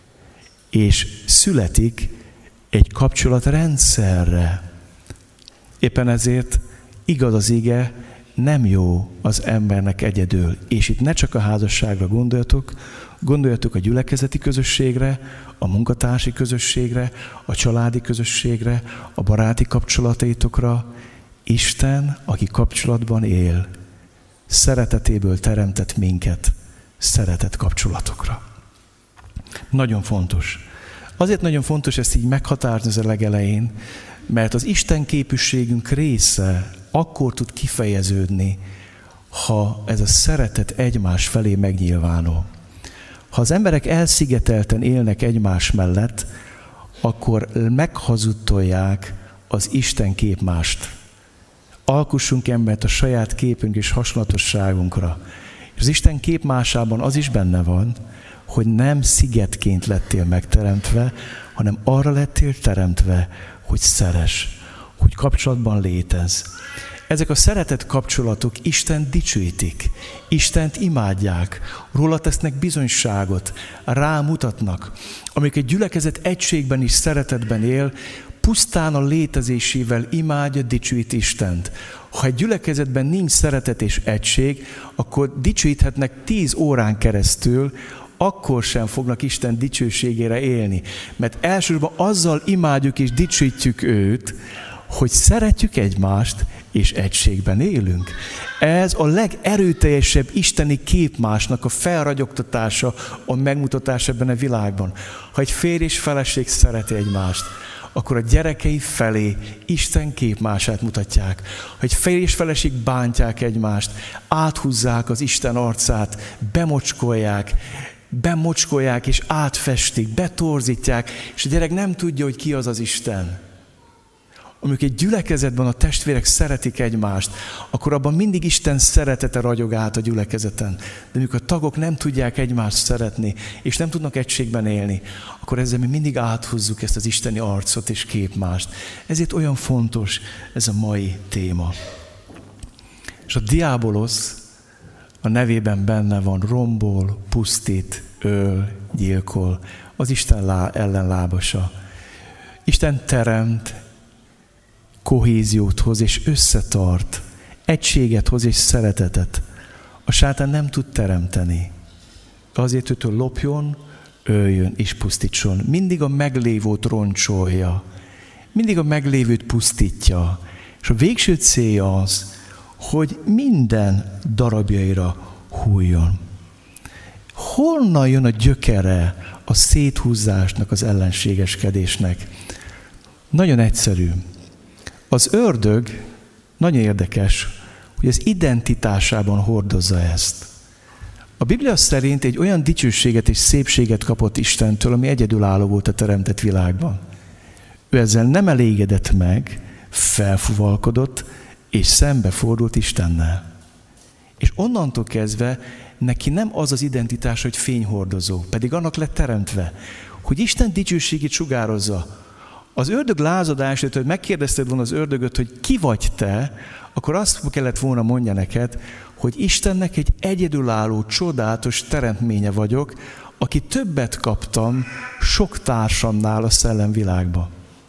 És születik egy kapcsolatrendszerre. Éppen ezért igaz az ige, nem jó az embernek egyedül. És itt ne csak a házasságra gondoljatok, gondoljatok a gyülekezeti közösségre, a munkatársi közösségre, a családi közösségre, a baráti kapcsolataitokra. Isten, aki kapcsolatban él, szeretetéből teremtett minket szeretett kapcsolatokra. Nagyon fontos. Azért nagyon fontos ezt így meghatározni a legelején, mert az Isten képűségünk része akkor tud kifejeződni, ha ez a szeretet egymás felé megnyilvánul. Ha az emberek elszigetelten élnek egymás mellett, akkor meghazudtolják az Isten képmást. Alkossunk embert a saját képünk és hasonlatosságunkra. És az Isten képmásában az is benne van, hogy nem szigetként lettél megteremtve, hanem arra lettél teremtve, hogy szeress, hogy kapcsolatban létez. Ezek a szeretett kapcsolatok Istent dicsőítik, Istent imádják, róla tesznek bizonyságot, rámutatnak. Amíg egy gyülekezet egységben is szeretetben él, pusztán a létezésével imádja, dicsőít Istent. Ha egy gyülekezetben nincs szeretet és egység, akkor dicsőíthetnek tíz órán keresztül, akkor sem fognak Isten dicsőségére élni. Mert elsősorban azzal imádjuk és dicsőítjük őt, hogy szeretjük egymást, és egységben élünk. Ez a legerőteljesebb isteni képmásnak a felragyogtatása, a megmutatása ebben a világban. Ha egy férj és feleség szereti egymást, akkor a gyerekei felé Isten képmását mutatják. Ha egy férj és feleség bántják egymást, áthúzzák az Isten arcát, bemocskolják, bemocskolják és átfestik, betorzítják, és a gyerek nem tudja, hogy ki az az Isten. Amikor egy gyülekezetben a testvérek szeretik egymást, akkor abban mindig Isten szeretete ragyog át a gyülekezeten. De amikor a tagok nem tudják egymást szeretni, és nem tudnak egységben élni, akkor ezzel mi mindig áthúzzuk ezt az isteni arcot és képmást. Ezért olyan fontos ez a mai téma. És a diabolosz a nevében benne van: rombol, pusztít, öl, gyilkol. Az Isten ellenlábasa. Isten teremt, kohéziót hoz és összetart, egységet hoz és szeretetet. A sátán nem tud teremteni. Azért, hogy lopjon, öljön és pusztítson. Mindig a meglévőt roncsolja. Mindig a meglévőt pusztítja. És a végső célja az, hogy minden darabjaira hújjon. Honnan jön a gyökere a széthúzásnak, az ellenségeskedésnek? Nagyon egyszerű. Az ördög nagyon érdekes, hogy az identitásában hordozza ezt. A Biblia szerint egy olyan dicsőséget és szépséget kapott Istentől, ami egyedülálló volt a teremtett világban. Ő ezzel nem elégedett meg, felfuvalkodott, és szembefordult Istennel. És onnantól kezdve neki nem az az identitás, hogy fényhordozó, pedig annak lett teremtve, hogy Isten dicsőségét sugározza. Az ördög lázadását, hogy megkérdezted volna az ördögöt, hogy ki vagy te, akkor azt kellett volna mondja neked, hogy Istennek egy egyedülálló, csodálatos teremtménye vagyok, aki többet kaptam sok társamnál a szellemvilágba.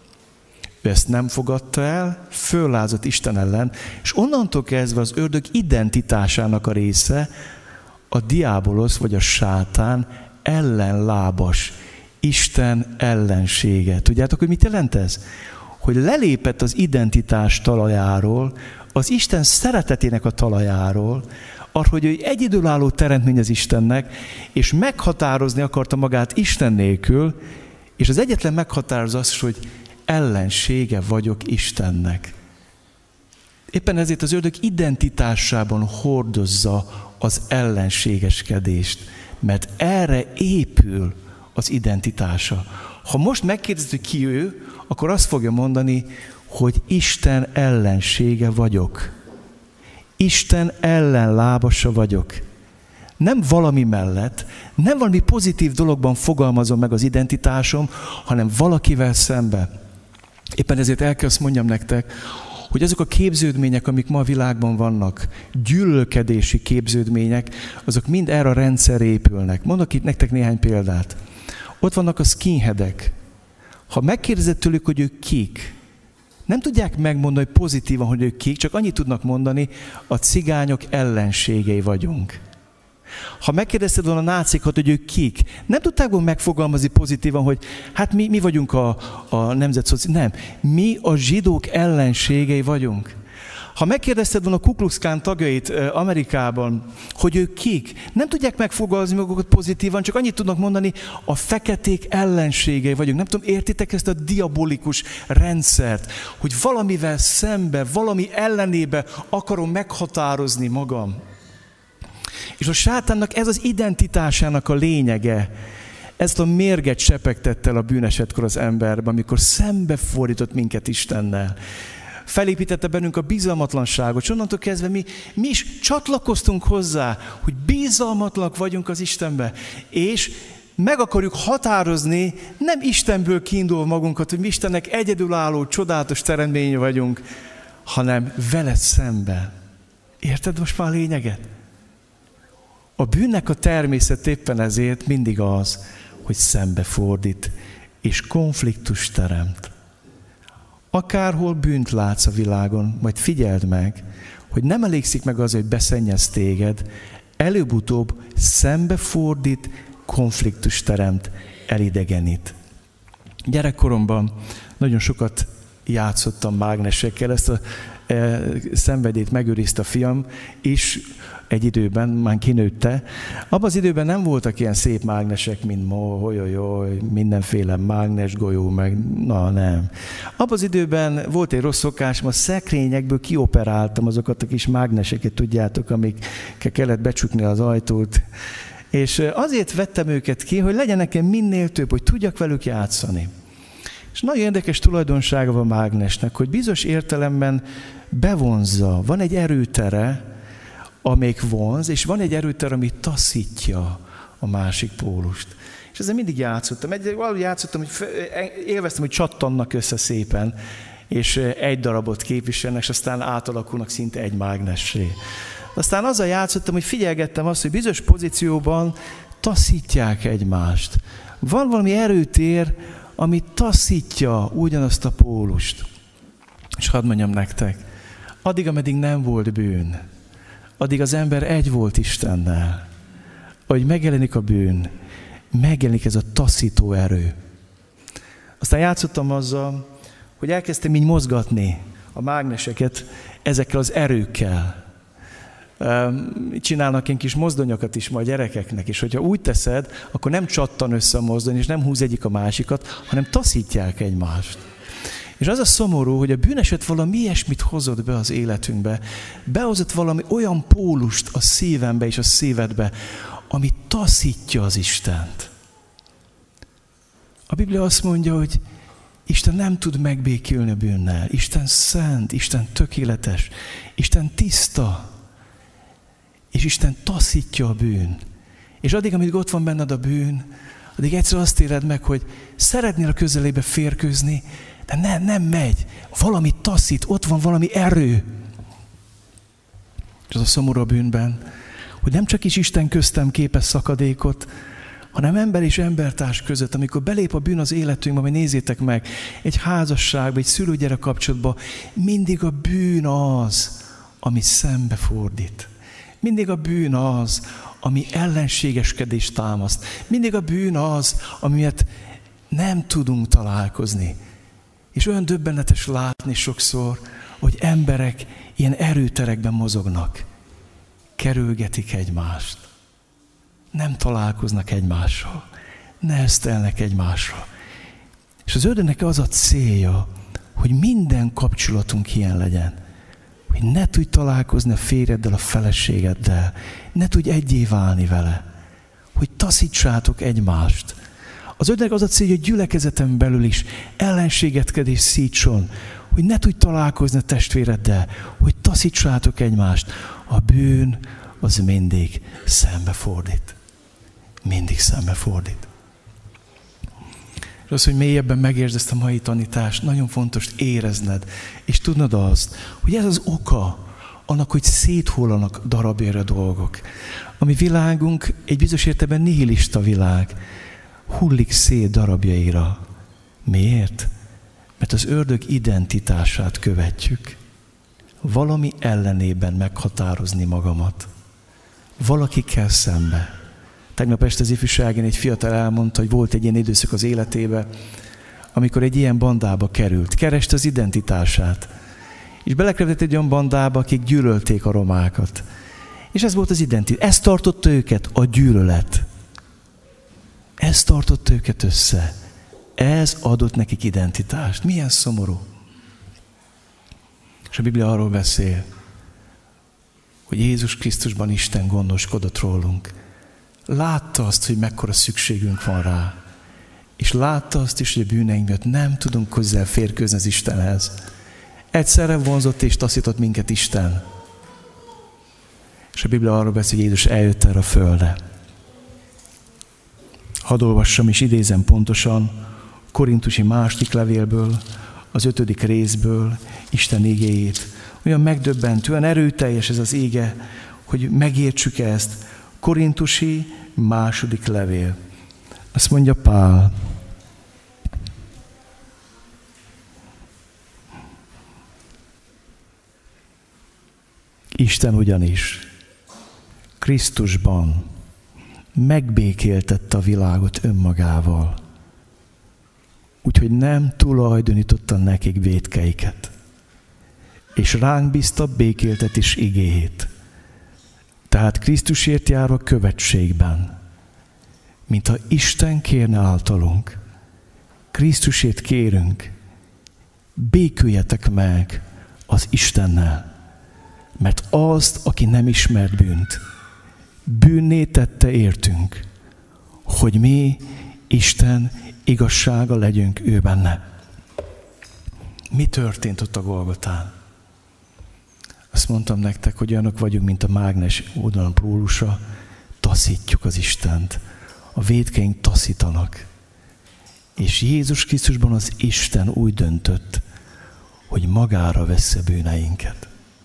Ő ezt nem fogadta el, föllázott Isten ellen, és onnantól kezdve az ördög identitásának a része a diabolosz vagy a sátán ellenlábas, Isten ellensége. Tudjátok, hogy mit jelent ez? Hogy lelépett az identitás talajáról, az Isten szeretetének a talajáról, arra, hogy ő egyedülálló teremtmény az Istennek, és meghatározni akarta magát Isten nélkül, és az egyetlen meghatározó az, hogy ellensége vagyok Istennek. Éppen ezért az ördög identitásában hordozza az ellenségeskedést, mert erre épül az identitása. Ha most megkérdezed, hogy ki ő, akkor azt fogja mondani, hogy Isten ellensége vagyok. Isten ellenlábasa vagyok. Nem valami mellett, nem valami pozitív dologban fogalmazom meg az identitásom, hanem valakivel szemben. Éppen ezért el kell azt mondjam nektek, hogy azok a képződmények, amik ma a világban vannak, gyűlölködési képződmények, azok mind erre a rendszerre épülnek. Mondok itt nektek néhány példát. Ott vannak a skinheadek. Ha megkérdezed tőlük, hogy ők kik, nem tudják megmondani hogy pozitívan, hogy ők kik, csak annyit tudnak mondani, a cigányok ellenségei vagyunk. Ha megkérdezted volna a nácikat, hogy ők kik, nem tudták volna megfogalmazni pozitívan, hogy hát mi, mi vagyunk a, a nemzetszoci... Nem, mi a zsidók ellenségei vagyunk. Ha megkérdezted volna a Ku Klux Klan tagjait Amerikában, hogy ők kik, nem tudják megfogalmazni magukat pozitívan, csak annyit tudnak mondani, a feketék ellenségei vagyunk. Nem tudom, értitek ezt a diabolikus rendszert, hogy valamivel szembe, valami ellenébe akarom meghatározni magam. És a sátánnak ez az identitásának a lényege. Ezt a mérget csepegtett el a bűnesetkor az emberbe, amikor szembefordított minket Istennel. Felépítette bennünk a bizalmatlanságot, és onnantól kezdve mi, mi is csatlakoztunk hozzá, hogy bizalmatlanak vagyunk az Istenbe, és meg akarjuk határozni, nem Istenből kiindulva magunkat, hogy mi Istennek egyedülálló, csodálatos teremtménye vagyunk, hanem veled szemben. Érted most már a lényeget? A bűnnek a természet éppen ezért mindig az, hogy szembefordít, és konfliktus teremt. Akárhol bűnt látsz a világon, majd figyeld meg, hogy nem elégszik meg az, hogy beszennyez téged, előbb-utóbb szembefordít, konfliktus teremt, elidegenít. Gyerekkoromban nagyon sokat játszottam mágnesekkel, ezt a e, szenvedélyt megőrizte a fiam, és egy időben, már kinőtte. Abban az időben nem voltak ilyen szép mágnesek, mint ma, hojojoj, mindenféle mágnesgolyó, meg na nem. Abban az időben volt egy rossz szokásom, a szekrényekből kioperáltam azokat a kis mágneseket, tudjátok, amikkel kellett becsukni az ajtót. És azért vettem őket ki, hogy legyen nekem minél több, hogy tudjak velük játszani. És nagyon érdekes tulajdonsága van a mágnesnek, hogy bizonyos értelemben bevonzza, van egy erőtere, amelyik vonz, és van egy erőter, ami taszítja a másik pólust. És ezzel mindig játszottam. Egy, valahogy játszottam, hogy élveztem, hogy csattannak össze szépen, és egy darabot képviselnek, és aztán átalakulnak szinte egy mágnessé. Aztán azzal játszottam, hogy figyelgettem azt, hogy bizonyos pozícióban taszítják egymást. Van valami erőtér, ami taszítja ugyanazt a pólust. És hadd mondjam nektek, addig, ameddig nem volt bűn, addig az ember egy volt Istennel. Ahogy megjelenik a bűn, megjelenik ez a taszító erő. Aztán játszottam azzal, hogy elkezdtem így mozgatni a mágneseket ezekkel az erőkkel. Csinálnak ilyen kis mozdonyokat is ma a gyerekeknek, és hogyha úgy teszed, akkor nem csattan össze a mozdony, és nem húz egyik a másikat, hanem taszítják egymást. És az a szomorú, hogy a bűneset valami ilyesmit hozott be az életünkbe, behozott valami olyan pólust a szívembe és a szívedbe, ami taszítja az Istent. A Biblia azt mondja, hogy Isten nem tud megbékülni a bűnnel. Isten szent, Isten tökéletes, Isten tiszta, és Isten taszítja a bűn. És addig, amíg ott van benned a bűn, addig egyszer azt éled meg, hogy szeretnél a közelébe férkőzni, de nem, nem megy. Valami taszít, ott van valami erő. És az a szomorú a bűnben, hogy nem csak is Isten köztem képes szakadékot, hanem ember és embertárs között, amikor belép a bűn az életünkbe, vagy nézzétek meg, egy házasságba, egy szülő-gyerek kapcsolatba, mindig a bűn az, ami szembefordít. Mindig a bűn az, ami ellenségeskedést támaszt. Mindig a bűn az, amiért nem tudunk találkozni. És olyan döbbenetes látni sokszor, hogy emberek ilyen erőterekben mozognak. Kerülgetik egymást. Nem találkoznak egymással. Neheztelnek egymásra. És az ördögnek az a célja, hogy minden kapcsolatunk ilyen legyen. Hogy ne tudj találkozni a férjeddel, a feleségeddel. Ne tudj egyé válni vele. Hogy taszítsátok egymást. Az ördögnek az a célja, hogy gyülekezeten belül is ellenségetkedés szítson. Hogy ne tudj találkozni a testvéreddel. Hogy taszítsátok egymást. A bűn az mindig szembefordít. Mindig szembefordít. És az, hogy mélyebben megértsd ezt a mai tanítást, nagyon fontos érezned, és tudnod azt, hogy ez az oka annak, hogy széthullanak darabjára dolgok. A mi világunk egy bizonyos értelemben nihilista világ. Hullik szét darabjaira. Miért? Mert az ördög identitását követjük. Valami ellenében meghatározni magamat. Valaki kell szembe. Tegnap este az ifjúságén egy fiatal elmondta, hogy volt egy ilyen időszak az életébe, amikor egy ilyen bandába került. Kereste az identitását. És belekerült egy olyan bandába, akik gyűlölték a romákat. És ez volt az identitás. Ez tartotta őket, a gyűlölet. Ez tartotta őket össze. Ez adott nekik identitást. Milyen szomorú. És a Biblia arról beszél, hogy Jézus Krisztusban Isten gondoskodott rólunk. Látta azt, hogy mekkora szükségünk van rá. És látta azt is, hogy a bűneink miatt nem tudunk közel férkőzni az Istenhez. Egyszerre vonzott és taszított minket Isten. És a Biblia arról beszél, hogy Jézus eljött erre a földre. Hadd olvassam és idézem pontosan Korintusi második levélből, az ötödik részből Isten igéjét. Olyan megdöbbentő, olyan erőteljes ez az ége, hogy megértsük ezt. Korintusi második levél. Azt mondja Pál. Isten ugyanis Krisztusban megbékéltette a világot önmagával, úgyhogy nem tulajdonította nekik vétkeiket, és ránk bízta békéltetés igéjét. Tehát Krisztusért járva követségben, mintha Isten kérne általunk. Krisztusért kérünk, béküljetek meg az Istennel, mert azt, aki nem ismert bűnt, bűnné tette értünk, hogy mi Isten igazsága legyünk ő benne. Mi történt ott a Golgotán? Azt mondtam nektek, hogy olyanok vagyunk, mint a mágnes oldalon pólusa, taszítjuk az Istent. A vétkeink taszítanak. És Jézus Krisztusban az Isten úgy döntött, hogy magára veszi a bűneinket.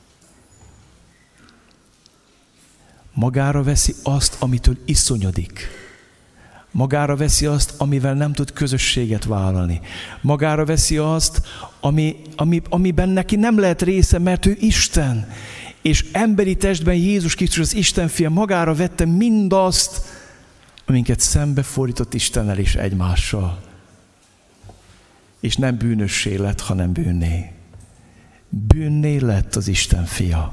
Magára veszi azt, amitől iszonyodik. Magára veszi azt, amivel nem tud közösséget vállalni. Magára veszi azt, ami, ami, amiben neki nem lehet része, mert ő Isten. És emberi testben Jézus Krisztus, az Isten fia, magára vette mindazt, aminket szembefordított Istennel és egymással. És nem bűnössé lett, hanem bűnné. Bűnné lett az Isten fia.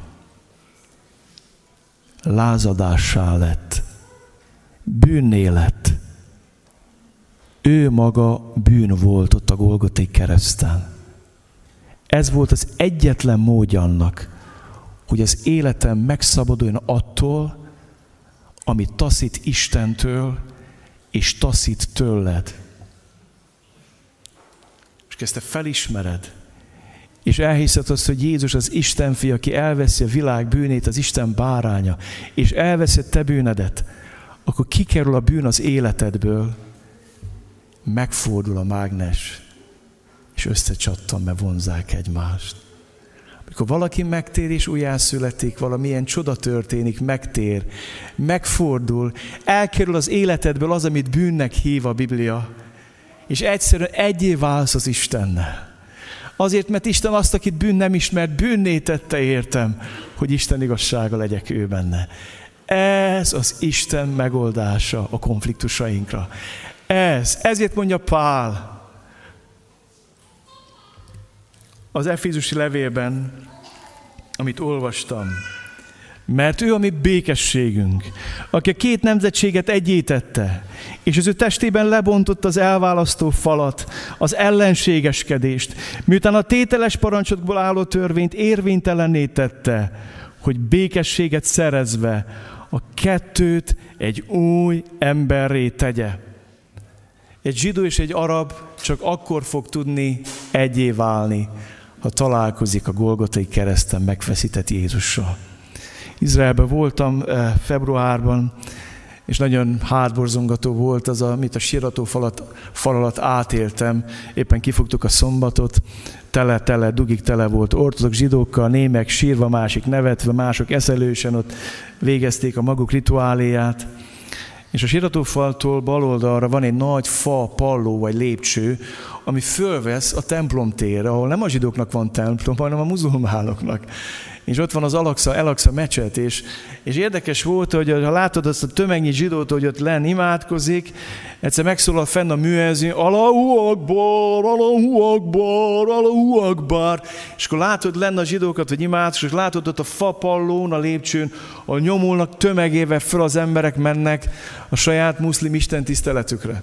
Lázadássá lett. Bűnné lett. Ő maga bűn volt ott a Golgotai kereszten. Ez volt az egyetlen módja annak, hogy az életem megszabaduljon attól, ami taszít Istentől, és taszít tőled. És ezt te felismered, és elhiszed azt, hogy Jézus az Isten fia, aki elveszi a világ bűnét, az Isten báránya, és elveszi a te bűnedet, akkor kikerül a bűn az életedből, megfordul a mágnes, és összecsattan, mert vonzzák egymást. Amikor valaki megtér és újjászületik, valamilyen csoda történik, megtér, megfordul, elkerül az életedből az, amit bűnnek hív a Biblia, és egyszerűen egyé válsz az Istennel. Azért, mert Isten azt, akit bűn nem ismert, bűnné tette, értem, hogy Isten igazsága legyek ő benne. Ez az Isten megoldása a konfliktusainkra. Ez, ezért mondja Pál az Efézusi levélben, amit olvastam, mert ő a mi békességünk, aki a két nemzetséget egyé tette, és az ő testében lebontott az elválasztó falat, az ellenségeskedést, miután a tételes parancsokból álló törvényt érvénytelenné tette, hogy békességet szerezve a kettőt egy új emberré tegye. Egy zsidó és egy arab csak akkor fog tudni egyé válni, ha találkozik a Golgotai kereszten megfeszített Jézussal. Izraelben voltam februárban, és nagyon hátborzongató volt az, amit a sírató falat, fal alatt átéltem. Éppen kifogtuk a szombatot, tele-tele, dugig tele volt ortodox zsidókkal, némek sírva, másik nevetve, mások eszelősen ott végezték a maguk rituáléját. És a síratófaltól bal oldalra van egy nagy fa, palló vagy lépcső, ami fölvesz a templom térre, ahol nem a zsidóknak van templom, hanem a muzulmánoknak. És ott van az Al-Aqsa, El-Aqsa mecset, és, és érdekes volt, hogy ha látod azt a tömegnyi zsidót, hogy ott lenn imádkozik, egyszer megszólal fenn a műezin, Allahu Akbar, Allahu Akbar, Allahu Akbar, és akkor látod lenn a zsidókat, hogy imádkozik, és látod ott a fapallón, a lépcsőn, ahol nyomulnak tömegével föl az emberek mennek a saját muszlim istentiszteletükre.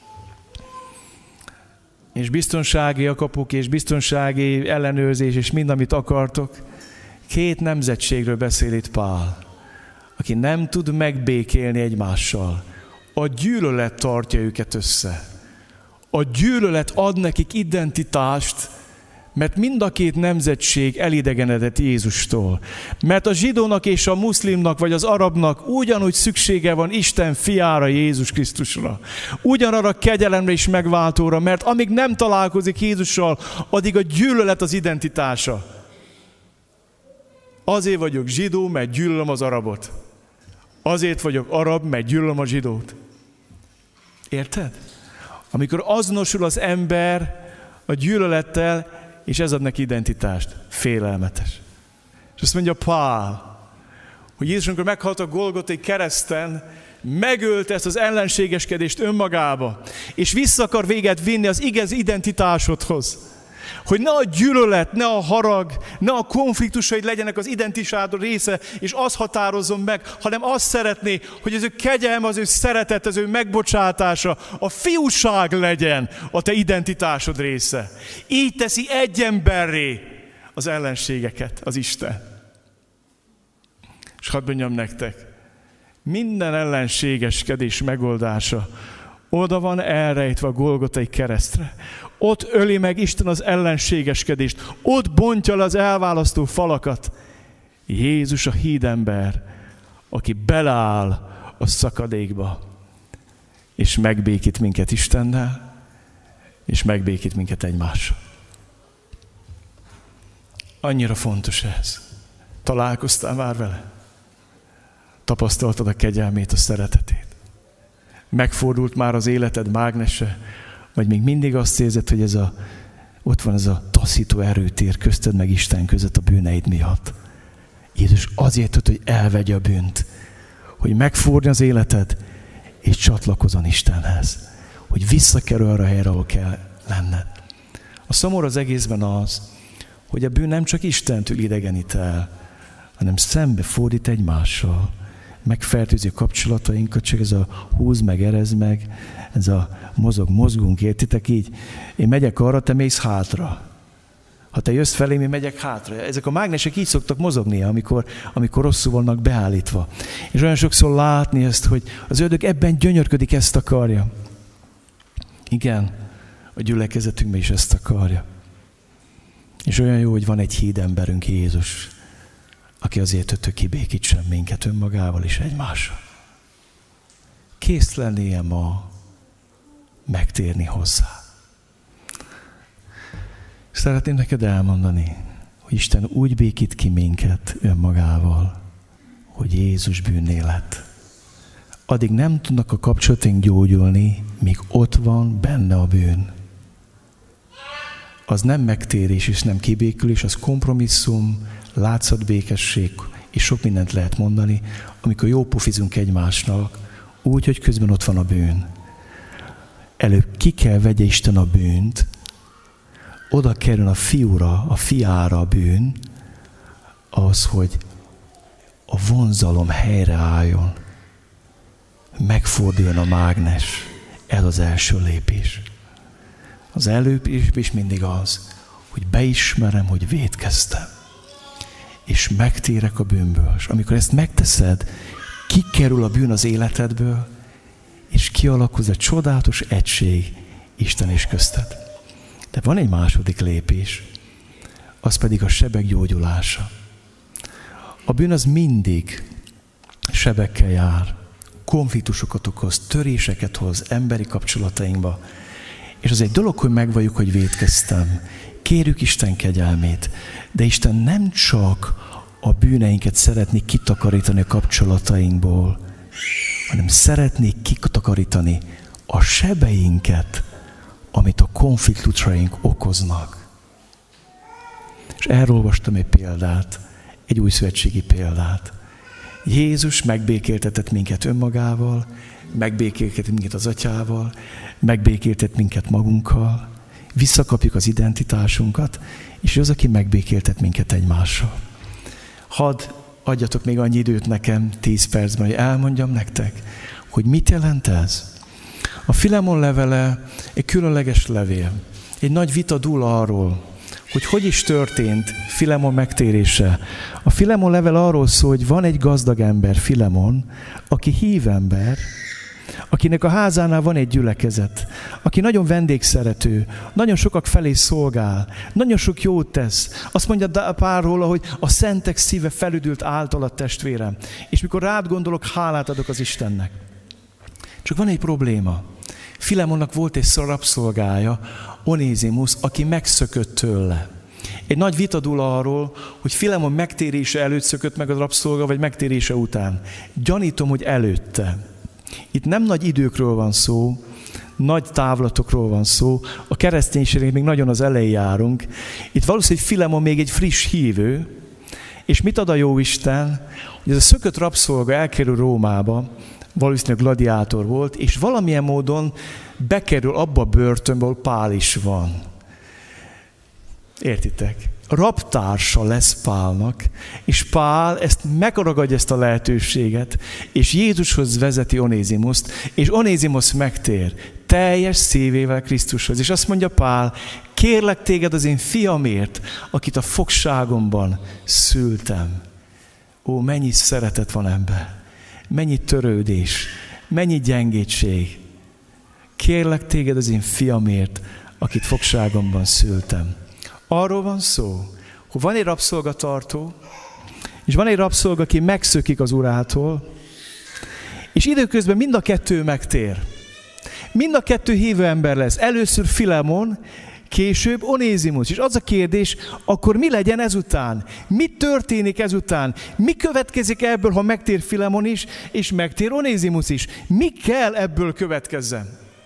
És biztonsági akapuk, és biztonsági ellenőrzés, és mind, amit akartok. Két nemzetségről beszél itt Pál, aki nem tud megbékélni egymással. A gyűlölet tartja őket össze. A gyűlölet ad nekik identitást, mert mind a két nemzetség elidegenedett Jézustól. Mert a zsidónak és a muszlimnak, vagy az arabnak ugyanúgy szüksége van Isten fiára, Jézus Krisztusra. Ugyanarra kegyelemre és megváltóra, mert amíg nem találkozik Jézussal, addig a gyűlölet az identitása. Azért vagyok zsidó, mert gyűlölöm az arabot. Azért vagyok arab, mert gyűlölöm a zsidót. Érted? Amikor azonosul az ember a gyűlölettel, és ez ad neki identitást. Félelmetes. És azt mondja Pál, hogy Jézus, amikor meghalt a Golgotai kereszten, megölte ezt az ellenségeskedést önmagába, és vissza akar véget vinni az igaz identitásodhoz. Hogy ne a gyűlölet, ne a harag, ne a konfliktusaid legyenek az identitásod része, és az határozzon meg, hanem azt szeretné, hogy az ő kegyelme, az ő szeretet, az ő megbocsátása, a fiúság legyen a te identitásod része. Így teszi egy emberré az ellenségeket, az Isten. És hadd mondjam nektek, minden ellenségeskedés megoldása oda van elrejtve a Golgotai keresztre. Ott öli meg Isten az ellenségeskedést. Ott bontja le az elválasztó falakat. Jézus a hídember, aki beleáll a szakadékba, és megbékít minket Istennel, és megbékít minket egymással. Annyira fontos ez. Találkoztál már vele? Tapasztaltad a kegyelmét, a szeretetét? Megfordult már az életed mágnese? Vagy még mindig azt érzed, hogy ez a, ott van ez a taszító erőtér közted meg Isten között a bűneid miatt. Jézus azért jött, hogy elvegye a bűnt, hogy megforduljon az életed, és csatlakozzon Istenhez. Hogy visszakerül arra a helyre, ahol kell lenned. A szomorú az egészben az, hogy a bűn nem csak Istentől idegenít el, hanem szembe fordít egymással. Megfertőzi a kapcsolatainkat, csak ez a húz meg, erez meg, ez a mozog, mozgunk, értitek így? Én megyek arra, te mész hátra. Ha te jössz felém, én megyek hátra. Ezek a mágnesek így szoktak mozogni, amikor, amikor rosszul vannak beállítva. És olyan sokszor látni ezt, hogy az ördög ebben gyönyörködik, ezt akarja. Igen, a gyülekezetünkben is ezt akarja. És olyan jó, hogy van egy hídemberünk, Jézus, aki azért, hogy kibékítsen minket önmagával és egymással. Kész lennie ma megtérni hozzá. Szeretném neked elmondani, hogy Isten úgy békít ki minket önmagával, hogy Jézus bűnné lett. Addig nem tudnak a kapcsolataink gyógyulni, míg ott van benne a bűn. Az nem megtérés és nem kibékülés, az kompromisszum, látszatbékesség, és sok mindent lehet mondani, amikor jó pofizunk egymásnak, úgy, hogy közben ott van a bűn. Előbb ki kell vegye Isten a bűnt, oda kerül a fiúra, a fiára a bűn, az, hogy a vonzalom helyreálljon, megforduljon a mágnes. Ez az első lépés. Az előlépés mindig az, hogy beismerem, hogy vétkeztem, és megtérek a bűnből. És amikor ezt megteszed, kikerül a bűn az életedből, és kialakul egy csodálatos egység Isten és közted. De van egy második lépés, az pedig a sebek gyógyulása. A bűn az mindig sebekkel jár, konfliktusokat okoz, töréseket hoz emberi kapcsolatainkba. És az egy dolog, hogy megvalljuk, hogy vétkeztem. Kérjük Isten kegyelmét, de Isten nem csak a bűneinket szeretné kitakarítani a kapcsolatainkból, hanem szeretnék kitakarítani a sebeinket, amit a konfliktusaink okoznak. És erről olvastam egy példát, egy újszövetségi példát. Jézus megbékéltetett minket önmagával, megbékéltetett minket az atyával, megbékéltetett minket magunkkal, visszakapjuk az identitásunkat, és az, aki megbékéltet minket egymással. Hadd adjatok még annyi időt nekem, tíz percben, hogy elmondjam nektek, hogy mit jelent ez. A Filemon levele egy különleges levél. Egy nagy vita dúl arról, hogy hogy is történt Filemon megtérése. A Filemon level arról szól, hogy van egy gazdag ember, Filemon, aki hívember, akinek a házánál van egy gyülekezet, aki nagyon vendégszerető, nagyon sokak felé szolgál, nagyon sok jót tesz. Azt mondja Pál róla, hogy a szentek szíve felüdült által a testvérem. És mikor rád gondolok, hálát adok az Istennek. Csak van egy probléma. Filemonnak volt egy rabszolgája, Onézimusz, aki megszökött tőle. Egy nagy vita dúl arról, hogy Filemon megtérése előtt szökött meg a rabszolga, vagy megtérése után. Gyanítom, hogy előtte. Itt nem nagy időkről van szó, nagy távlatokról van szó, a kereszténységnek még nagyon az elején járunk. Itt valószínűleg Filemon még egy friss hívő, és mit ad a Jóisten, hogy ez a szökött rabszolga elkerül Rómába, valószínűleg gladiátor volt, és valamilyen módon bekerül abba a börtönbe, ahol Pál is van. Értitek? Rabtársa lesz Pálnak, és Pál ezt megragadja ezt a lehetőséget, és Jézushoz vezeti Onézimuszt, és Onézimusz megtér teljes szívével Krisztushoz. És azt mondja Pál, kérlek téged az én fiamért, akit a fogságomban szültem. Ó, mennyi szeretet van ebben, mennyi törődés, mennyi gyengétség. Kérlek téged az én fiamért, akit fogságomban szültem. Arról van szó, hogy van egy rabszolgatartó, és van egy rabszolga, aki megszökik az urától, és időközben mind a kettő megtér. Mind a kettő hívő ember lesz. Először Filemon, később Onézimusz. És az a kérdés, akkor mi legyen ezután? Mi történik ezután? Mi következik ebből, ha megtér Filemon is, és megtér Onézimusz is? Mi kell ebből következzen?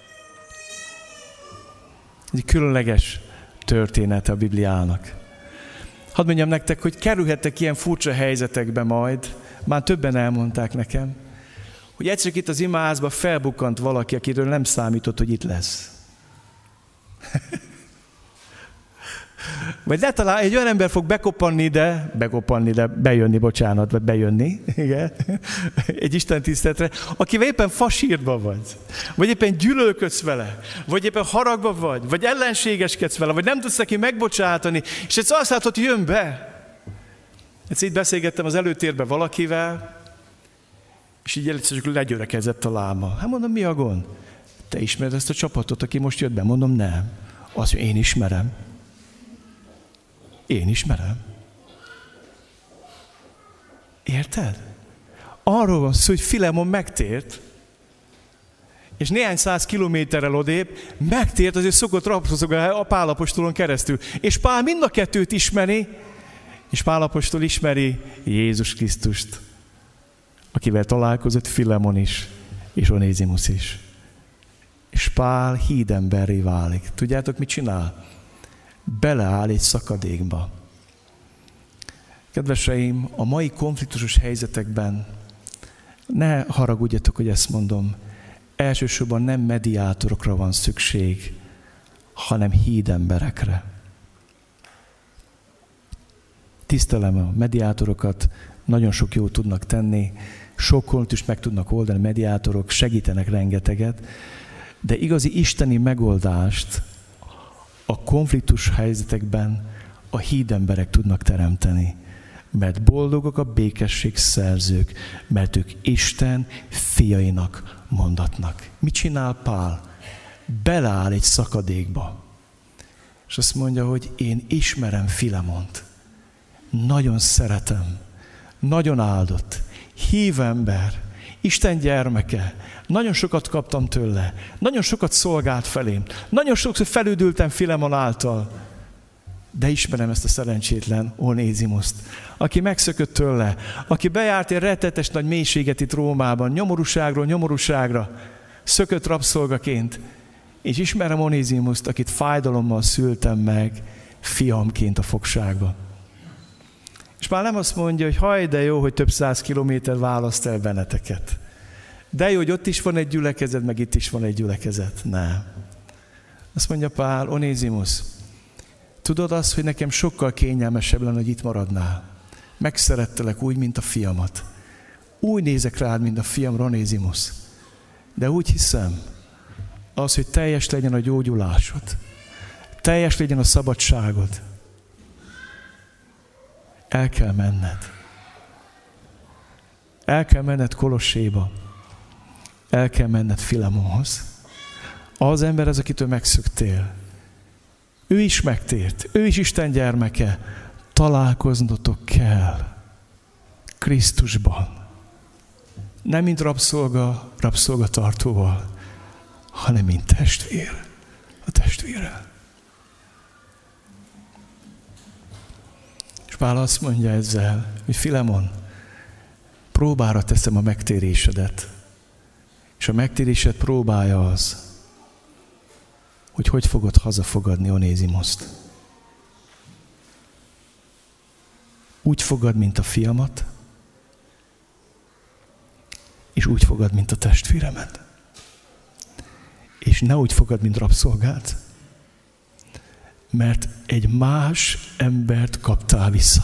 Ez egy különleges története a Bibliának. Hadd mondjam nektek, hogy kerülhettek ilyen furcsa helyzetekbe majd, már többen elmondták nekem, hogy egyszer itt az imaházban felbukkant valaki, akiről nem számított, hogy itt lesz. Vagy letalál, egy olyan ember fog bekoppanni ide, bekoppanni ide, bejönni, bocsánat, vagy bejönni, igen, egy Isten tiszteletre, akivel éppen fasírban vagy, vagy éppen gyűlölködsz vele, vagy éppen haragban vagy, vagy ellenségeskedsz vele, vagy nem tudsz neki megbocsátani, és egyszer azt látod, hogy jön be. Egyszer itt beszélgettem az előtérben valakivel, és így egyszer csak legyörekezett a lába. Hát mondom, mi a gond? Te ismered ezt a csapatot, aki most jött be? Mondom, nem. Azt mondja, én ismerem. Én ismerem. Érted? Arról van szó, hogy Filemon megtért, és néhány száz kilométerrel odébb megtért az ő szokott rabszolga a Pál apostolon keresztül. És Pál mind a kettőt ismeri, és Pál apostol ismeri Jézus Krisztust, akivel találkozott Filemon is, és Onézimusz is. És Pál hídemberré válik. Tudjátok, mit csinál? Beleáll egy szakadékba. Kedveseim, a mai konfliktusos helyzetekben ne haragudjatok, hogy ezt mondom, elsősorban nem mediátorokra van szükség, hanem hídemberekre. Tisztelem a mediátorokat, nagyon sok jót tudnak tenni, sok konfliktust meg tudnak oldani, mediátorok segítenek rengeteget, de igazi isteni megoldást a konfliktus helyzetekben a hídemberek tudnak teremteni. Mert boldogok a békesség szerzők, mert ők Isten fiainak mondatnak. Mit csinál Pál? Beleáll egy szakadékba. És azt mondja, hogy én ismerem Filemont. Nagyon szeretem. Nagyon áldott. Hív ember. Isten gyermeke. Nagyon sokat kaptam tőle. Nagyon sokat szolgált felém. Nagyon sokszor felüdültem Filemon által. De ismerem ezt a szerencsétlen Onézimuszt, aki megszökött tőle, aki bejárt egy rettetes nagy mélységet itt Rómában, nyomorúságról nyomorúságra, szökött rabszolgaként, és ismerem Onézimuszt, akit fájdalommal szültem meg fiamként a fogságba. És már nem azt mondja, hogy haj, de jó, hogy több száz kilométer választ el benneteket. De jó, hogy ott is van egy gyülekezet, meg itt is van egy gyülekezet. Nem. Azt mondja Pál, Onézimusz, tudod azt, hogy nekem sokkal kényelmesebb lenne, hogy itt maradnál. Megszerettelek úgy, mint a fiamat. Úgy nézek rád, mint a fiam, Onézimusz. De úgy hiszem, az, hogy teljes legyen a gyógyulásod, teljes legyen a szabadságod, el kell menned. El kell menned Kolosséba. El kell menned Filemonhoz. Az ember az, akitől megszöktél. Ő is megtért. Ő is Isten gyermeke. Találkoznotok kell Krisztusban. Nem mint rabszolga, rabszolgatartóval, hanem mint testvér. A testvérrel. És Pál azt mondja ezzel, hogy Filemon, próbára teszem a megtérésedet. És a megtérésed próbálja az, hogy hogy fogod hazafogadni Onézimuszt. Úgy fogad, mint a fiamat, és úgy fogad, mint a testvéremet. És ne úgy fogad, mint rabszolgát, mert egy más embert kaptál vissza.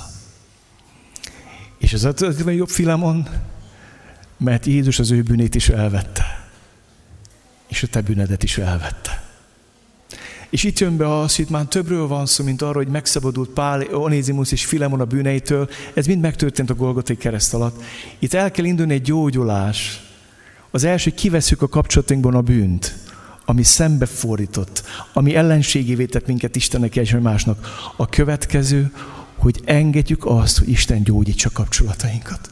És az azért jobb Filemon, mert Jézus az ő bűnét is elvette. És a te bűnedet is elvette. És itt jön be az, hogy itt már többről van szó, mint arról, hogy megszabadult Pál, Onézimusz és Filemon a bűneitől. Ez mind megtörtént a Golgothai kereszt alatt. Itt el kell indulni egy gyógyulás. Az első, hogy kivesszük a kapcsolatunkban a bűnt, ami szembefordított, ami ellenségévé tett minket Istennek és másnak. A következő, hogy engedjük azt, hogy Isten gyógyítsa kapcsolatainkat.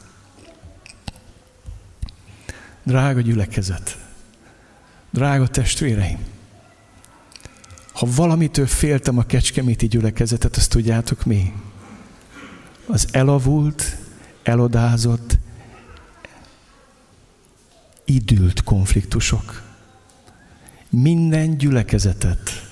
Drága gyülekezet, drága testvéreim, ha valamitől féltem a kecskeméti gyülekezetet, azt tudjátok mi? Az elavult, elodázott, idült konfliktusok. Minden gyülekezetet,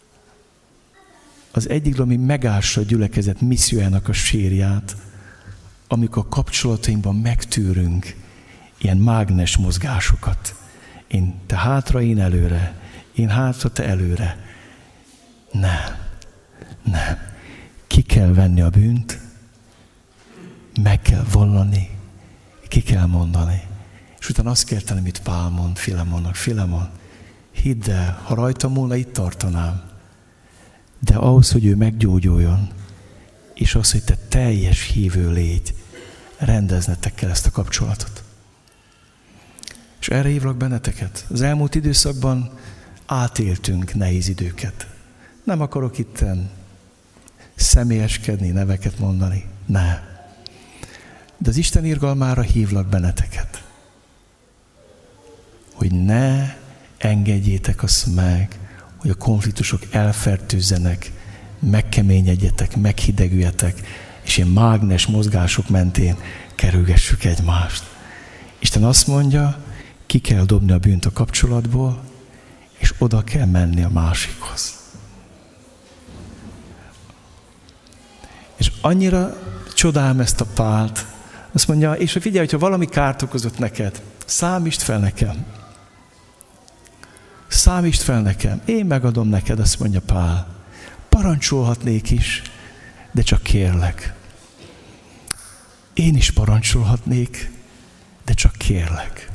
az egyik, ami megássa a gyülekezet missziójának a sírját, amikor a kapcsolatainkban megtűrünk ilyen mágnes mozgásokat. Én te hátra, én előre, én hátra, te előre. Nem, nem. ki kell venni a bűnt, meg kell vallani, ki kell mondani. És utána azt kell tenni, amit Pál mond Filemonnak. Filemon, hidd el, ha rajta múlna, itt tartanám. De ahhoz, hogy ő meggyógyuljon, és az, hogy te teljes hívő légy, rendeznetek kell ezt a kapcsolatot. És erre hívlak benneteket. Az elmúlt időszakban átéltünk nehéz időket. Nem akarok itten személyeskedni, neveket mondani. Ne. De az Isten irgalmára hívlak benneteket. Hogy ne engedjétek azt meg, hogy a konfliktusok elfertőzzenek, megkeményedjetek, meghidegüljetek, és ilyen mágnes mozgások mentén kerülgessük egymást. Isten azt mondja, ki kell dobni a bűnt a kapcsolatból, és oda kell menni a másikhoz. És annyira csodálom ezt a Pált, azt mondja, és figyelj, hogyha valami kárt okozott neked, számítsd fel nekem. Számítsd fel nekem, én megadom neked, azt mondja Pál. Parancsolhatnék is, de csak kérlek. Én is parancsolhatnék, de csak kérlek.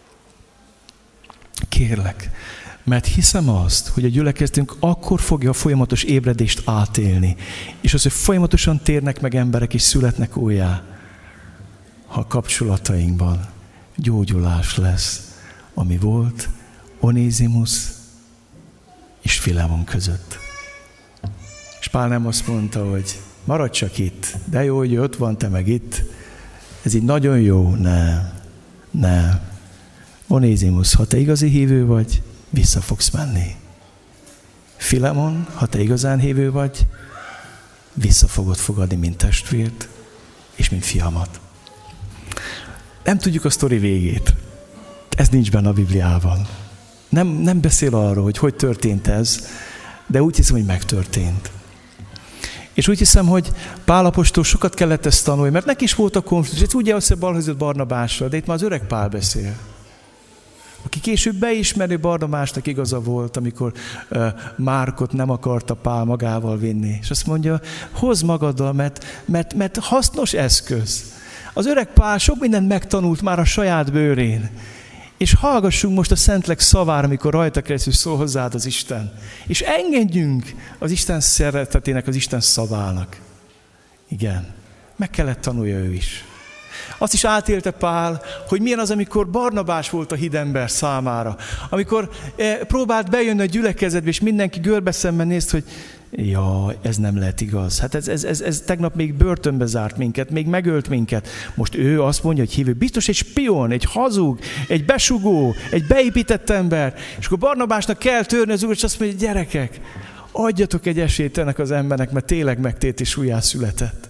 Kérlek. Mert hiszem azt, hogy a gyülekezetünk akkor fogja a folyamatos ébredést átélni, és az, hogy folyamatosan térnek meg emberek és születnek újjá, ha a kapcsolatainkban gyógyulás lesz, ami volt Onézimusz és Filemon között. És Pál nem azt mondta, hogy maradj csak itt, de jó, hogy ott van, te meg itt. Ez így nagyon jó. Nem, nem. Onézimusz, ha te igazi hívő vagy, vissza fogsz menni. Filemon, ha te igazán hívő vagy, vissza fogod fogadni, mint testvért, és mint fiamat. Nem tudjuk a sztori végét. Ez nincs benne a Bibliában. Nem, nem beszél arról, hogy hogy történt ez, de úgy hiszem, hogy megtörtént. És úgy hiszem, hogy Pál apostol sokat kellett ezt tanulni, mert neki is volt a konfliktus. Ez ugye össze Balhozott Barnabással, de itt már az öreg Pál beszél. Aki később beismerő Barnabásnak igaza volt, amikor uh, Márkot nem akarta Pál magával vinni. És azt mondja, hozd magaddal, mert, mert, mert hasznos eszköz. Az öreg Pál sok mindent megtanult már a saját bőrén. És hallgassunk most a Szentlélek szavára, amikor rajta keresztül szól hozzád az Isten. És engedjünk az Isten szeretetének, az Isten szavának. Igen, meg kellett tanulja ő is. Azt is átélte Pál, hogy milyen az, amikor Barnabás volt a hidember számára. Amikor eh, próbált bejönni a gyülekezetbe, és mindenki görbeszemben nézt, hogy jaj, ez nem lehet igaz. Hát ez, ez, ez, ez tegnap még börtönbe zárt minket, még megölt minket. Most ő azt mondja, hogy hívő, biztos egy spion, egy hazug, egy besugó, egy beépített ember. És akkor Barnabásnak kell törni az úr, és azt mondja, gyerekek, adjatok egy esélyt ennek az embernek, mert tényleg megtért és újjászületett.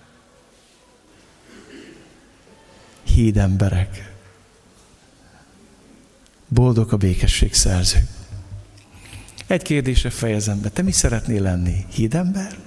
Hídemberek. Boldog a békesség szerző. Egy kérdésre fejezem be. Te mi szeretnél lenni? Hídember?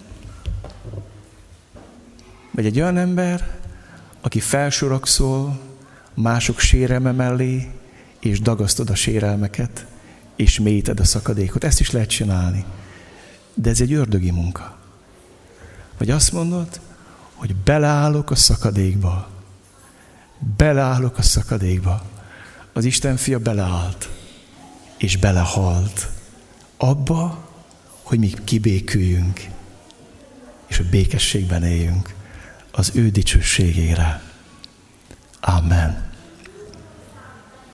Vagy egy olyan ember, aki felsorakszol mások sérelme mellé, és dagasztod a sérelmeket, és mélyíted a szakadékot. Ezt is lehet csinálni. De ez egy ördögi munka. Vagy azt mondod, hogy beleállok a szakadékba. Beleállok a szakadékba. Az Isten fia beleállt, és belehalt abba, hogy mi kibéküljünk, és a békességben éljünk az ő dicsőségére. Amen.